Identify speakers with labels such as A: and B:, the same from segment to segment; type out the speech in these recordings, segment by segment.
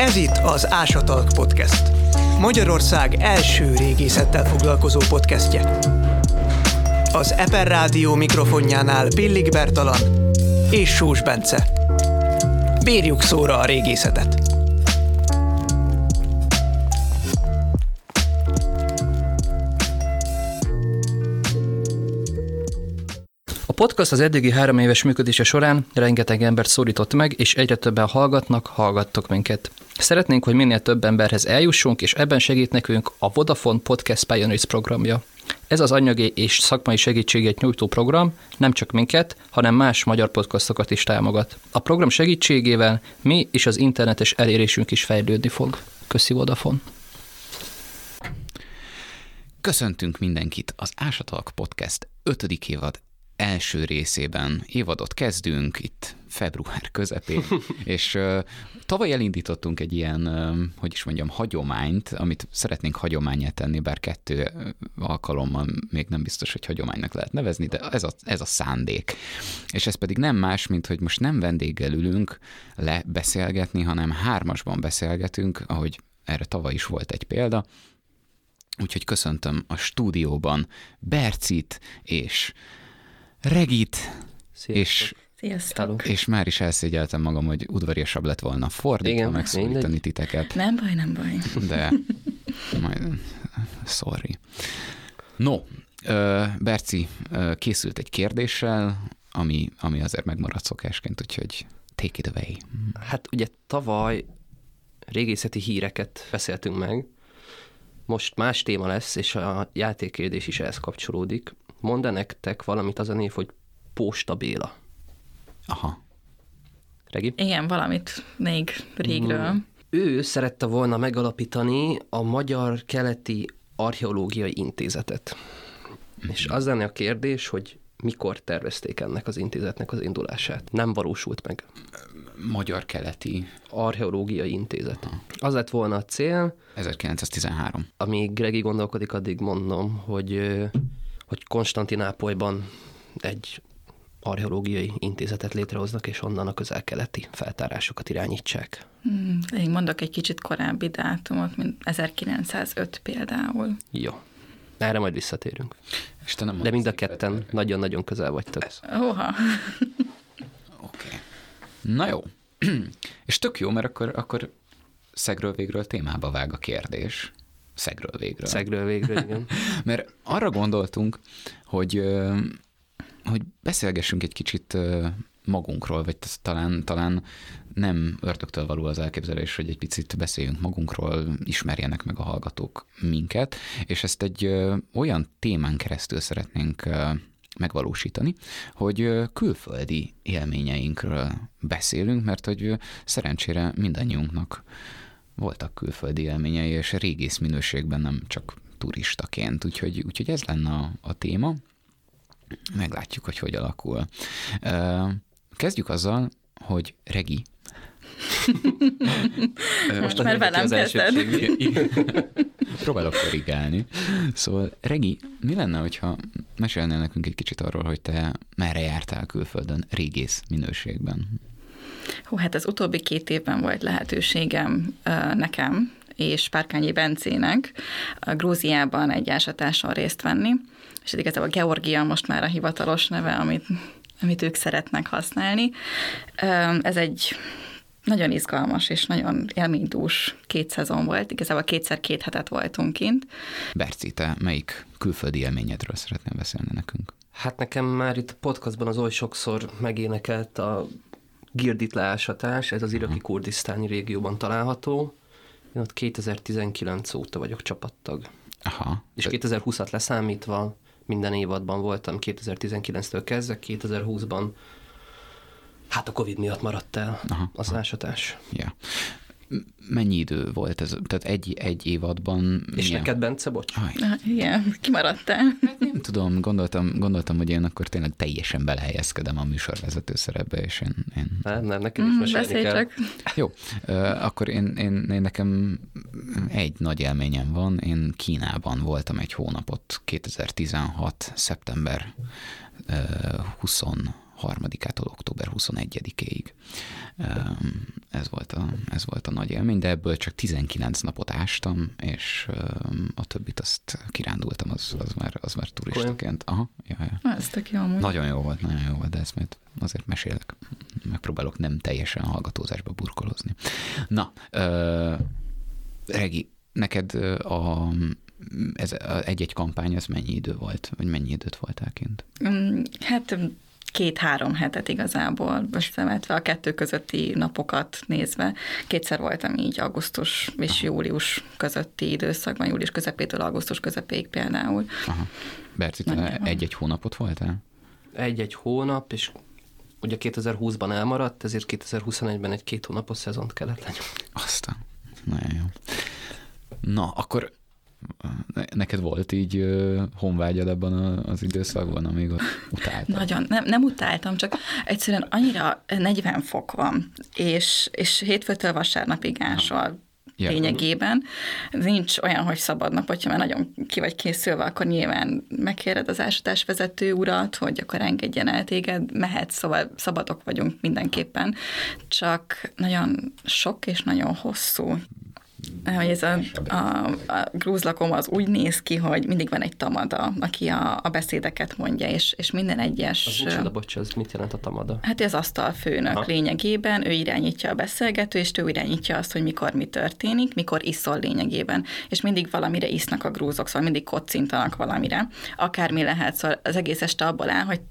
A: Ez itt az Ásatalk Podcast. Magyarország első régészettel foglalkozó podcastje. Az Eper Rádió mikrofonjánál Pillik Bertalan és Sós Bence. Bírjuk szóra a régészetet!
B: A podcast az eddigi 3 éves működése során rengeteg embert szólított meg, és egyre többen hallgattok minket. Szeretnénk, hogy minél több emberhez eljussunk, és ebben segít nekünk a Vodafone Podcast Pioneers programja. Ez az anyagi és szakmai segítséget nyújtó program nem csak minket, hanem más magyar podcastokat is támogat. A program segítségével mi és az internetes elérésünk is fejlődni fog. Köszi Vodafone!
C: Köszöntünk mindenkit az Ásatalk Podcast 5. évad első részében. Évadot kezdünk itt február közepén, és tavaly elindítottunk egy ilyen, hagyományt, amit szeretnénk hagyománnyá tenni, bár 2 alkalommal még nem biztos, hogy hagyománynak lehet nevezni, de ez a szándék. És ez pedig nem más, mint hogy most nem vendéggel ülünk beszélgetni, hanem 3-asban beszélgetünk, ahogy erre tavaly is volt egy példa. Úgyhogy köszöntöm a stúdióban Bercit és Regit, és már is elszégyeltem magam, hogy udvariasabb lett volna fordítva megszólítani titeket.
D: Nem baj.
C: De majd, sorry. No, Berci készült egy kérdéssel, ami azért megmaradt szokásként, úgyhogy take it away.
B: Hát ugye tavaly régészeti híreket beszéltünk meg, most más téma lesz, és a játékkérdés is ehhez kapcsolódik. Mond-e nektek valamit az a név, hogy Posta Béla?
C: Aha.
B: Regi?
D: Igen, valamit még régről.
B: Ő szerette volna megalapítani a Magyar Keleti Archeológiai Intézetet. És az lenne a kérdés, hogy mikor tervezték ennek az intézetnek az indulását. Nem valósult meg.
C: Magyar Keleti
B: Archeológiai Intézet. Az lett volna a cél.
C: 1913.
B: Amíg Gregi gondolkodik, addig mondom, hogy Konstantinápolyban egy archeológiai intézetet létrehoznak, és onnan a közel-keleti feltárásokat irányítsák.
D: Én mondok egy kicsit korábbi dátumot, mint 1905 például.
B: Jó. Erre majd visszatérünk.
C: Istenem,
B: de mind a ketten nagyon-nagyon közel vagytok.
D: Oha.
C: Oké. Na jó. És tök jó, mert akkor szegről végről témába vág a kérdés. Szegről végről, igen. Mert arra gondoltunk, hogy beszélgessünk egy kicsit magunkról, vagy talán nem ördögtől való az elképzelés, hogy egy picit beszéljünk magunkról, ismerjenek meg a hallgatók minket, és ezt egy olyan témán keresztül szeretnénk megvalósítani, hogy külföldi élményeinkről beszélünk, mert hogy szerencsére mindannyiunknak voltak külföldi élményei, és régész minőségben, nem csak turistaként. Úgyhogy ez lenne a téma. Meglátjuk, hogy alakul. Kezdjük azzal, hogy Regi.
D: Most már velem kezded.
C: Próbálok korrigálni. Szóval, Regi, mi lenne, hogyha mesélnél nekünk egy kicsit arról, hogy te merre jártál külföldön régész minőségben?
D: Hát az utóbbi 2 évben volt lehetőségem nekem és Párkányi Bencének Grúziában egy ásatáson részt venni, és igazából Georgia most már a hivatalos neve, amit ők szeretnek használni. Ez egy nagyon izgalmas és nagyon élménydús 2 szezon volt, igazából 2x2 hetet voltunk kint.
C: Berci, te melyik külföldi élményedről szeretnél beszélni nekünk?
B: Hát nekem már itt a podcastban az oly sokszor megénekelt a Girdit leásatás, ez az iraki kurdisztáni régióban található. Én ott 2019 óta vagyok csapattag.
C: Aha.
B: És 2020-at leszámítva minden évadban voltam, 2019-től kezdve, 2020-ban hát a Covid miatt maradt el az ásatás.
C: Ja. Mennyi idő volt ez? Tehát egy évadban...
B: És neked, Bence, bocs?
D: Igen, kimaradtál.
C: Nem tudom, gondoltam, hogy én akkor tényleg teljesen belehelyezkedem a műsorvezető szerepbe, és én...
B: Nem, neked is mesélni kell.
D: Csak.
C: Jó, akkor én nekem egy nagy élményem van. Én Kínában voltam egy hónapot, 2016. szeptember 26 3-ától október 21-ig. Ez volt a nagy élmény, de ebből csak 19 napot ástam, és a többit azt kirándultam, az már turistaként. Aha, ja.
D: Ez tök jó amúgy.
C: Nagyon jó volt, de ezt azért mesélek. Megpróbálok nem teljesen hallgatózásba burkolozni. Na, Regi, neked ez egy-egy kampány, ez mennyi idő volt, vagy mennyi időt voltál kint?
D: Hát 2-3 hetet igazából, összevetve a 2 közötti napokat nézve. 2-szer voltam így augusztus és július közötti időszakban, július közepétől augusztus közepéig például.
C: Aha. Berci, egy-egy hónapot voltál?
E: Egy-egy hónap, és ugye 2020-ban elmaradt, ezért 2021-ben egy 2 hónapos szezont kellett lenyomni.
C: Aztán, nagyon jó. Na, akkor neked volt így honvágyad ebben az időszakban, amíg utáltad?
D: Nagyon, nem utáltam, csak egyszerűen annyira 40 fok van, és hétfőtől vasárnapig ásol lényegében. Nincs olyan, hogy szabad nap, hogyha már nagyon ki vagy készülve, akkor nyilván megkéred az ásatásvezető urat, hogy akkor engedjen el téged, mehetsz, szóval szabadok vagyunk mindenképpen, csak nagyon sok és nagyon hosszú. Hogy ez a grúzlakom az úgy néz ki, hogy mindig van egy tamada, aki a beszédeket mondja, és minden egyes...
E: Az micsoda, bocs, az mit jelent a tamada?
D: Hát ez asztalfőnök lényegében, ő irányítja a beszélgetést, ő irányítja azt, hogy mikor mi történik, mikor iszol lényegében, és mindig valamire isznak a grúzok, szóval mindig kocintanak valamire. Akármi lehet, szóval az egész este abból áll, hogy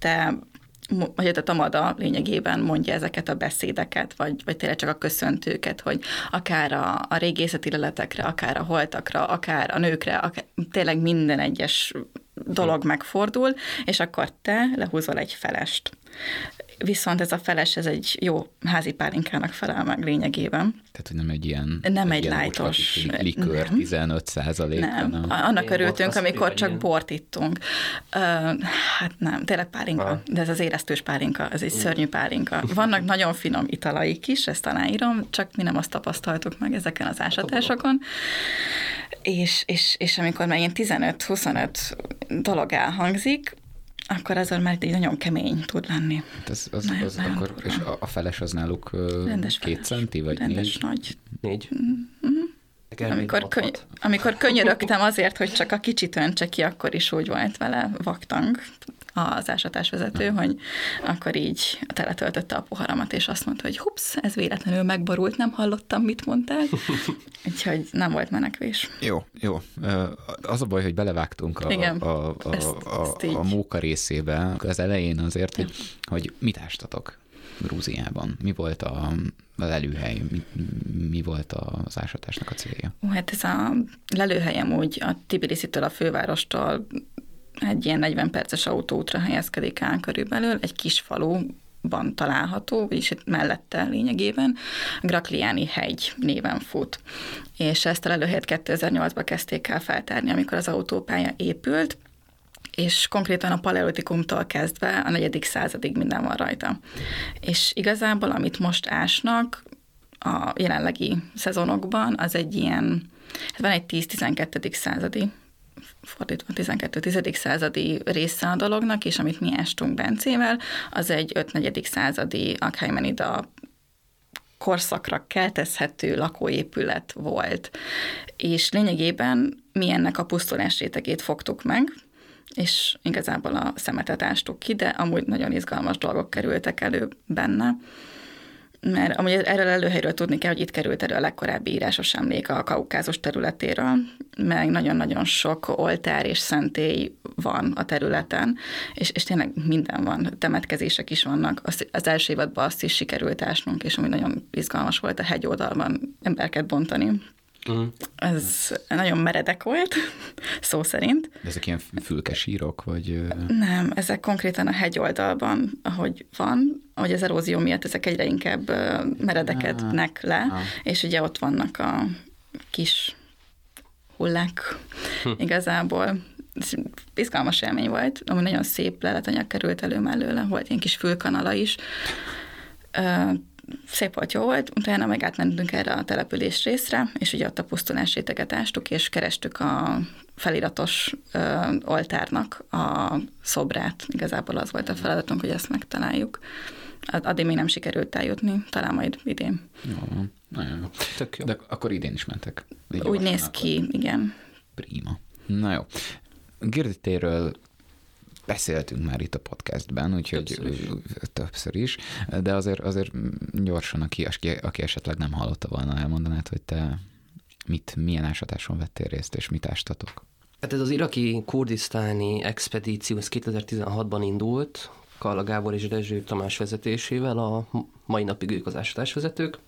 D: a tamada lényegében mondja ezeket a beszédeket, vagy tényleg csak a köszöntőket, hogy akár a régészeti leletekre, akár a holtakra, akár a nőkre, tényleg minden egyes dolog megfordul, és akkor te lehúzol egy felest. Viszont ez a feles, ez egy jó házi pálinkának felel meg lényegében.
C: Tehát, hogy nem egy ilyen...
D: Nem egy lájtos.
C: Likőr 15%.
D: Nem. Annak örültünk, amikor csak bort ittunk. Hát nem, tényleg pálinka. De ez az éreztős pálinka, ez egy szörnyű pálinka. Vannak nagyon finom italaik is, ezt aláírom, csak mi nem azt tapasztaltuk meg ezeken az ásatásokon. És amikor már ilyen 15-25 dolog elhangzik, akkor azon már egy nagyon kemény tud lenni.
C: Akkor, és a feles az náluk 2 centi, vagy 4?
D: Rendes nagy.
E: 4.
D: Amikor könyörögtem azért, hogy csak a kicsit öntse ki, akkor is úgy volt vele vaktang az ásatásvezető, hogy akkor így teletöltötte a poharamat, és azt mondta, hogy hups, ez véletlenül megborult, nem hallottam, mit mondtál. Úgyhogy nem volt menekvés.
C: Jó. Az a baj, hogy belevágtunk a móka részébe az elején azért, hogy mit ástatok Grúziában? Mi volt a lelőhely? Mi volt az ásatásnak a célja?
D: Hát ez a lelőhelyem úgy a Tbilisitől, a fővárostól egy ilyen 40 perces autóútra helyezkedik el körülbelül, egy kis faluban található, vagyis mellette lényegében, Grakliáni hegy néven fut. És ezt a lelőhelyet 2008-ban kezdték el feltárni, amikor az autópálya épült, és konkrétan a paleolitikumtól kezdve a 4. századig minden van rajta. És igazából, amit most ásnak a jelenlegi szezonokban, az egy ilyen, van egy 10-12. századi, fordítva 12. századi része a dolognak, és amit mi ástunk Bencével, az egy 5-4. századi Akhaimenida korszakra keltezhető lakóépület volt. És lényegében mi ennek a pusztulás rétegét fogtuk meg, és igazából a szemetet ástuk ki, de amúgy nagyon izgalmas dolgok kerültek elő benne, mert amúgy erről előhelyről tudni kell, hogy itt került elő a legkorábbi írásos emlék a Kaukázus területéről, meg nagyon-nagyon sok oltár és szentély van a területen, és tényleg minden van, temetkezések is vannak. Az első évadban azt is sikerült ásnunk, és ami nagyon izgalmas volt a hegyoldalban embereket bontani. Ez nagyon meredek volt, szó szerint.
C: De ezek ilyen fülkesírok, vagy...
D: Nem, ezek konkrétan a hegyoldalban, ahogy van, ahogy az erózió miatt ezek egyre inkább meredekednek le, és ugye ott vannak a kis hullák igazából. Ez izgalmas élmény volt, ami nagyon szép leletanyag került elő mellőle, volt ilyen kis fülkanala is. szép volt, jó volt, utána meg átmentünk erre a település részre, és ugye ott a pusztulás réteget ástuk, és kerestük a feliratos oltárnak a szobrát. Igazából az volt a feladatunk, hogy ezt megtaláljuk. Addig még nem sikerült eljutni, talán majd idén.
C: Jó, nagyon jó.
E: Tök jó.
C: De akkor idén is mentek.
D: Úgy néz ki, igen.
C: Prima. Na jó. Girditéről beszéltünk már itt a podcastben, úgyhogy többször is, de azért gyorsan, aki esetleg nem hallotta volna, elmondanád, hogy te milyen ásatáson vettél részt, és mit ástatok?
E: Hát ez az iraki kurdisztáni expedíció, ez 2016-ban indult, Kalla Gábor és Dezső Tamás vezetésével, a mai napig ők az ásatásvezetők,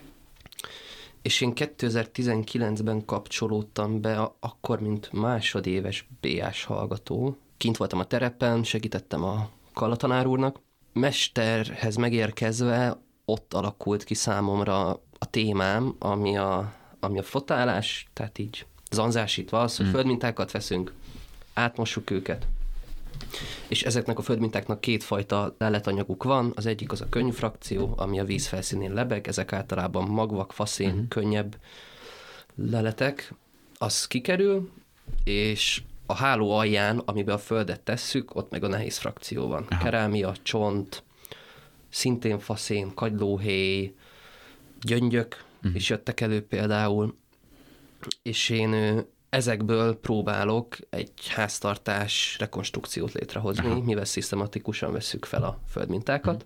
E: és én 2019-ben kapcsolódtam be, akkor mint másodéves BA-s hallgató. Kint voltam a terepen, segítettem a Kalla tanár úrnak. Mesterhez megérkezve ott alakult ki számomra a témám, ami a fotálás, tehát így zanzásítva az, hogy földmintákat veszünk, átmossuk őket. És ezeknek a földmintáknak kétfajta leletanyaguk van, az egyik az a könnyű frakció, ami a víz felszínén lebeg, ezek általában magvak, faszén, könnyebb leletek, az kikerül, és a háló alján, amiben a földet tesszük, ott meg a nehéz frakció van. Kerámia, csont, szintén faszén, kagylóhéj, gyöngyök is jöttek elő például, és én ezekből próbálok egy háztartás rekonstrukciót létrehozni, mivel szisztematikusan vesszük fel a földmintákat,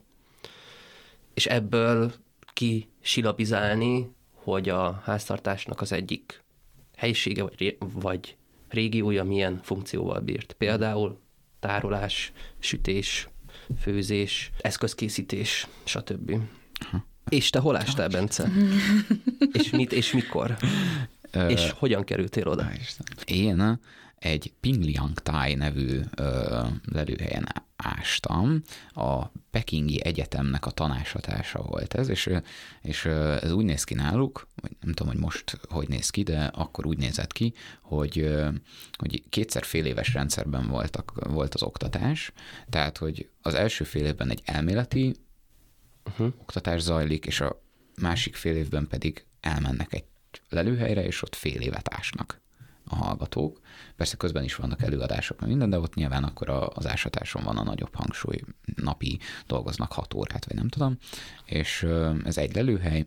E: és ebből kisilabizálni, hogy a háztartásnak az egyik helyisége vagy régiója milyen funkcióval bírt. Például tárolás, sütés, főzés, eszközkészítés, stb. És te hol ástál, Bence? És mit és mikor? És hogyan kerültél oda?
C: Én egy Pingliang Thai nevű lelőhelyen ástam. A Pekingi Egyetemnek a tanácsatása volt ez, és ez úgy néz ki náluk, nem tudom, hogy most hogy néz ki, de akkor úgy nézett ki, hogy kétszer fél éves rendszerben volt az oktatás, tehát, hogy az első fél évben egy elméleti oktatás zajlik, és a másik fél évben pedig elmennek egy lelőhelyre, és ott fél évet ásnak a hallgatók. Persze közben is vannak előadások, minden, de ott nyilván akkor az ásatáson van a nagyobb hangsúly, napi dolgoznak 6 órát, vagy nem tudom, és ez egy lelőhely,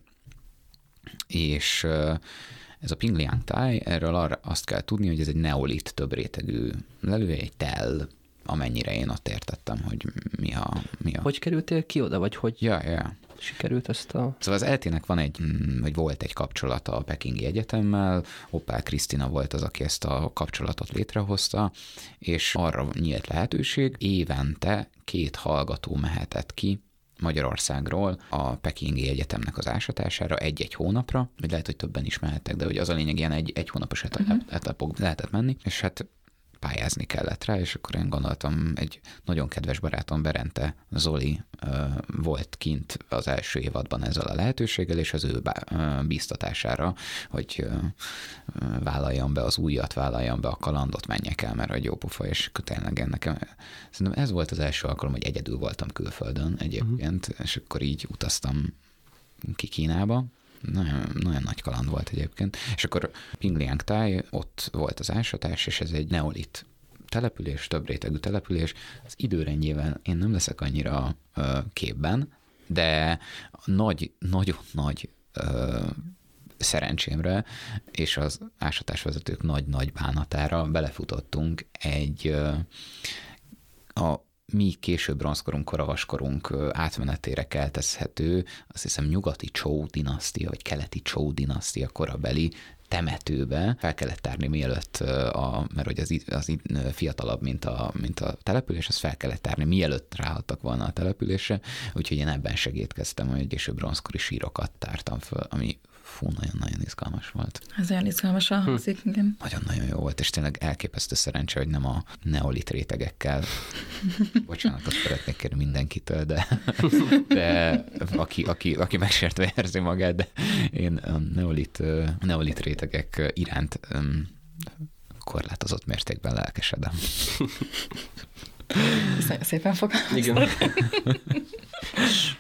C: és ez a Pingliang Thai, erről azt kell tudni, hogy ez egy neolit több rétegű lelőhely, egy tell, amennyire én ott értettem, hogy mi a...
E: Hogy kerültél ki oda, vagy hogy...
C: Ja.
E: Sikerült ezt a...
C: Szóval az ELTE-nek volt egy kapcsolata a Pekingi Egyetemmel, Oppál Krisztina volt az, aki ezt a kapcsolatot létrehozta, és arra nyílt lehetőség, évente 2 hallgató mehetett ki Magyarországról a Pekingi Egyetemnek az ásatására egy hónapra, vagy lehet, hogy többen is mehettek, de hogy az a lényeg, ilyen egy hónapos etapok lehetett menni, és hát pályázni kellett rá, és akkor én gondoltam, egy nagyon kedves barátom, Berente Zoli volt kint az első évadban ezzel a lehetőséggel, és az ő bíztatására, hogy vállaljam be az újat, vállaljam be a kalandot, menjek el, mert hogy jó pofa, és tényleg nekem szerintem ez volt az első alkalom, hogy egyedül voltam külföldön egyébként, és akkor így utaztam ki Kínába. Nagyon nagy kaland volt egyébként. És akkor Pingliang Thai, ott volt az ásatás, és ez egy neolit település, több rétegű település. Az időrendjével én nem leszek annyira képben, de nagyon nagy szerencsémre, és az ásatásvezetők nagy bánatára belefutottunk a mi később bronzkorunk, koravaskorunk átmenetére keltezhető, azt hiszem nyugati Chou dinasztia, vagy keleti Chou dinasztia korabeli temetőbe fel kellett tárni mielőtt, mert hogy az fiatalabb, mint a település, azt fel kellett tárni mielőtt ráhattak volna a településre, úgyhogy én ebben segítkeztem, hogy később bronzkori sírokat tártam föl, ami nagyon-nagyon izgalmas volt.
D: Ez olyan izgalmasan hangzik, igen.
C: Nagyon-nagyon jó volt, és tényleg elképesztő szerencse, hogy nem a neolit rétegekkel. Bocsánatot szeretnék kérni mindenkitől, de aki megsértve érzi magát, de én a neolit rétegek iránt korlátozott mértékben lelkesedem.
D: Szépen fogalmazod.
E: Igen.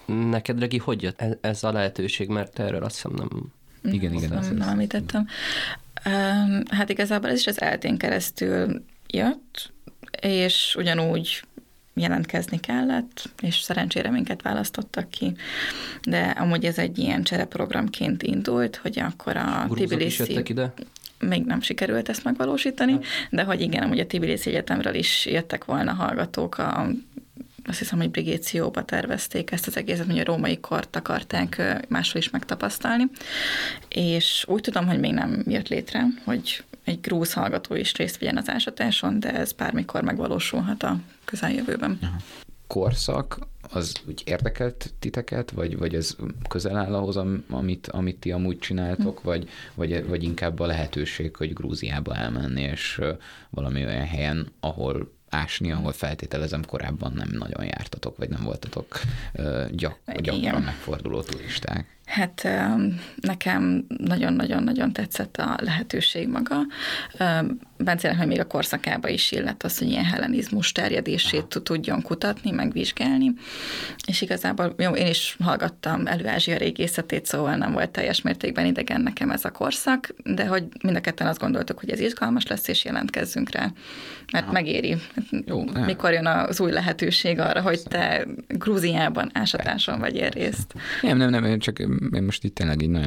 E: Neked, Regi, hogy jött ez a lehetőség, mert erről azt hiszem nem...
C: Igen.
D: Nem említettem. Hát igazából ez is az eltén keresztül jött, és ugyanúgy jelentkezni kellett, és szerencsére minket választottak ki, de amúgy ez egy ilyen csereprogramként indult, hogy akkor a Tbilisi...
E: ide?
D: Még nem sikerült ezt megvalósítani, de hogy igen, amúgy a Tbilisi Egyetemről is jöttek volna hallgatók, azt hiszem, hogy Brigécióba tervezték ezt az egészet, hogy a római kort akarták máshol is megtapasztalni, és úgy tudom, hogy még nem jött létre, hogy egy grúz hallgató is részt vegyen az ásatáson, de ez bármikor megvalósulhat a közeljövőben.
C: Korszak, az úgy érdekelt titeket, vagy ez közel áll ahhoz, amit ti amúgy csináltok, vagy inkább a lehetőség, hogy Grúziába elmenni, és valami olyan helyen, ahol ásni, ahol feltételezem korábban nem nagyon jártatok, vagy nem voltatok gyakran megforduló turisták.
D: Hát nekem nagyon-nagyon-nagyon tetszett a lehetőség maga. Bencének meg még a korszakába is illett az, hogy ilyen hellenizmus terjedését tudjon kutatni, megvizsgálni, és igazából jó, én is hallgattam Elő-Ázsia régészetét, szóval nem volt teljes mértékben idegen nekem ez a korszak, de hogy mind a ketten azt gondoltuk, hogy ez izgalmas lesz, és jelentkezzünk rá, mert megéri. Jó, mikor jön az új lehetőség arra, hogy te Grúziában ásatáson vegyél részt?
C: Nem, csak én most itt tényleg így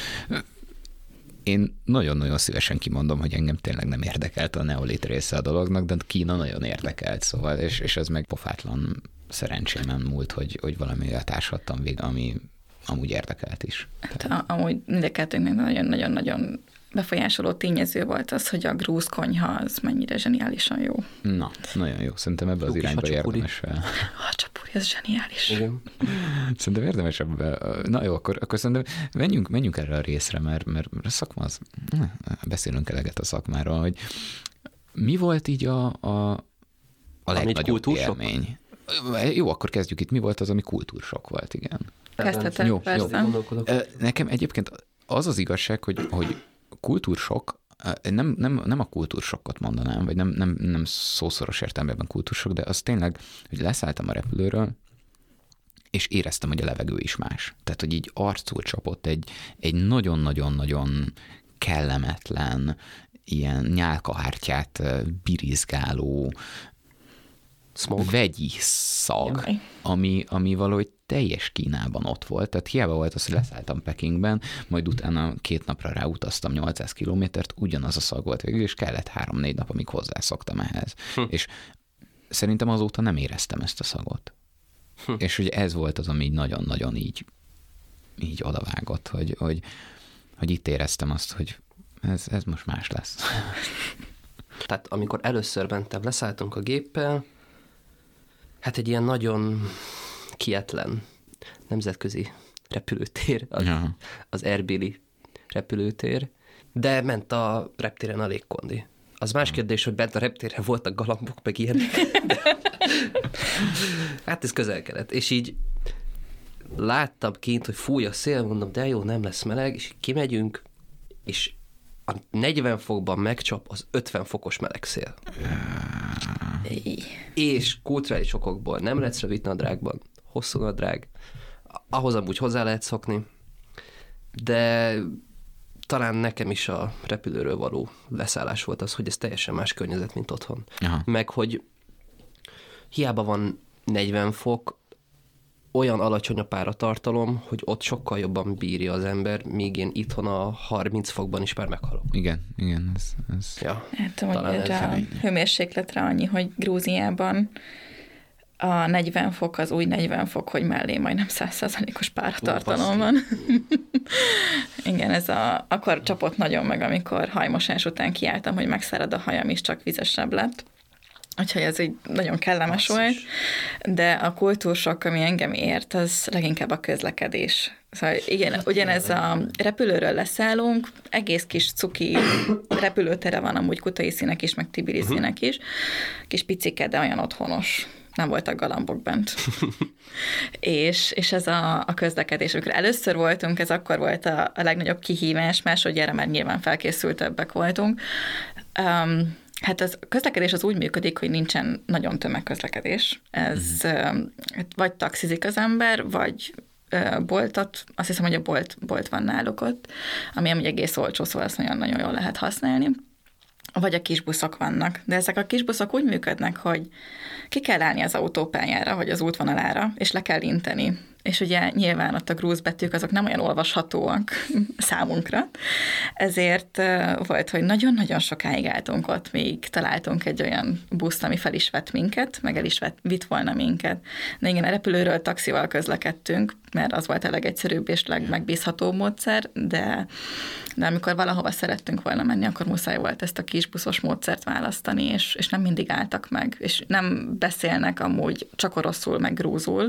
C: én nagyon-nagyon szívesen kimondom, hogy engem tényleg nem érdekelt a neolit része a dolognak, de Kína nagyon érdekelt, szóval, és ez meg pofátlan szerencsémen múlt, hogy valami olyat áshattam végig, ami amúgy érdekelt is.
D: Hát, amúgy mindkettőnknek nagyon-nagyon befolyásoló tényező volt az, hogy a grúz konyha az mennyire zseniálisan jó.
C: Na, nagyon jó. Szerintem ebbe az irányba érdemes.
D: Hacsapuri, ez zseniális.
C: Igen. Szerintem érdemes ebbe. Na jó, akkor szerintem menjünk erre a részre, mert a szakma az... Beszélünk eleget a szakmáról, hogy mi volt így a legnagyobb élmény? Jó, akkor kezdjük itt. Mi volt az, ami kultúrsok volt, igen?
D: Kezdhetek,
C: jó,
D: persze.
C: Jó. Nekem egyébként az igazság, hogy kultúrsok, nem a kultúrsokkot mondanám, vagy nem szószoros értelemben kultúrsok, de az tényleg, hogy leszálltam a repülőről, és éreztem, hogy a levegő is más. Tehát, hogy így arcul csapott egy nagyon-nagyon-nagyon kellemetlen, ilyen nyálkahártyát birizgáló, vegyi szag, ami valahogy teljes Kínában ott volt. Tehát hiába volt az, hogy leszálltam Pekingben, majd utána 2 napra ráutaztam 800 kilométert, ugyanaz a szag volt végül, és kellett 3-4 nap, amíg hozzászoktam ehhez. És szerintem azóta nem éreztem ezt a szagot. És ugye ez volt az, ami így nagyon-nagyon így odavágott, hogy itt éreztem azt, hogy ez most más lesz.
E: Tehát amikor először mentem, leszálltunk a géppel, hát egy ilyen nagyon kietlen nemzetközi repülőtér, az Erbili repülőtér, de ment a reptéren a légkondi. Az más kérdés, hogy bent a reptéren voltak galambok, meg ilyenek. Hát ez közel-kelet. És így láttam kint, hogy fúj a szél, mondom, de jó, nem lesz meleg, és kimegyünk, és a 40 fokban megcsap az 50 fokos meleg szél. És kulturális okokból nem lehetsz rövid nadrágban, hosszú nadrág, ahhoz amúgy hozzá lehet szokni, de talán nekem is a repülőről való leszállás volt az, hogy ez teljesen más környezet, mint otthon. Aha. Meg, hogy hiába van 40 fok, olyan alacsony a páratartalom, hogy ott sokkal jobban bírja az ember, míg én itthon a 30 fokban is már meghalok.
C: Igen, ez
D: ja, hát, hogy a hőmérsékletre annyi, hogy Grúziában a 40 fok az új 40 fok, hogy mellé majdnem 100%-os páratartalom van. Igen, akkor csapott nagyon meg, amikor hajmosás után kiálltam, hogy megszárad a hajam, és csak vizesebb lett. Úgyhogy ez így nagyon kellemes volt, de a kultúrsok, ami engem ért, az leginkább a közlekedés. Szóval igen, ugyanez a repülőről leszállunk, egész kis cuki repülőtere van amúgy Kutaisinek is, meg Tbilisinek is, kis picike, de olyan otthonos. Nem voltak galambok bent. és ez a közlekedés. Amikor először voltunk, ez akkor volt a legnagyobb kihívás, másodjára már nyilván felkészültebbek voltunk. Hát a közlekedés az úgy működik, hogy nincsen nagyon tömegközlekedés. Ez vagy taxizik az ember, vagy boltot, azt hiszem, hogy a bolt van náluk ott, ami amúgy egész olcsó, szóval ezt nagyon-nagyon jól lehet használni. Vagy a kisbuszok vannak. De ezek a kisbuszok úgy működnek, hogy ki kell állni az autópályára, vagy az útvonalára, és le kell inteni. És ugye nyilván ott a grúz betűk azok nem olyan olvashatóak számunkra, ezért volt, hogy nagyon-nagyon sokáig álltunk ott, még találtunk egy olyan buszt, ami fel is vett minket, meg el is vitt volna minket. De igen, a repülőről taxival közlekedtünk, mert az volt a legegyszerűbb és legmegbízhatóbb módszer, de amikor valahova szerettünk volna menni, akkor muszáj volt ezt a kisbuszos módszert választani, és nem mindig álltak meg, és nem beszélnek amúgy csak oroszul, meg grúzul.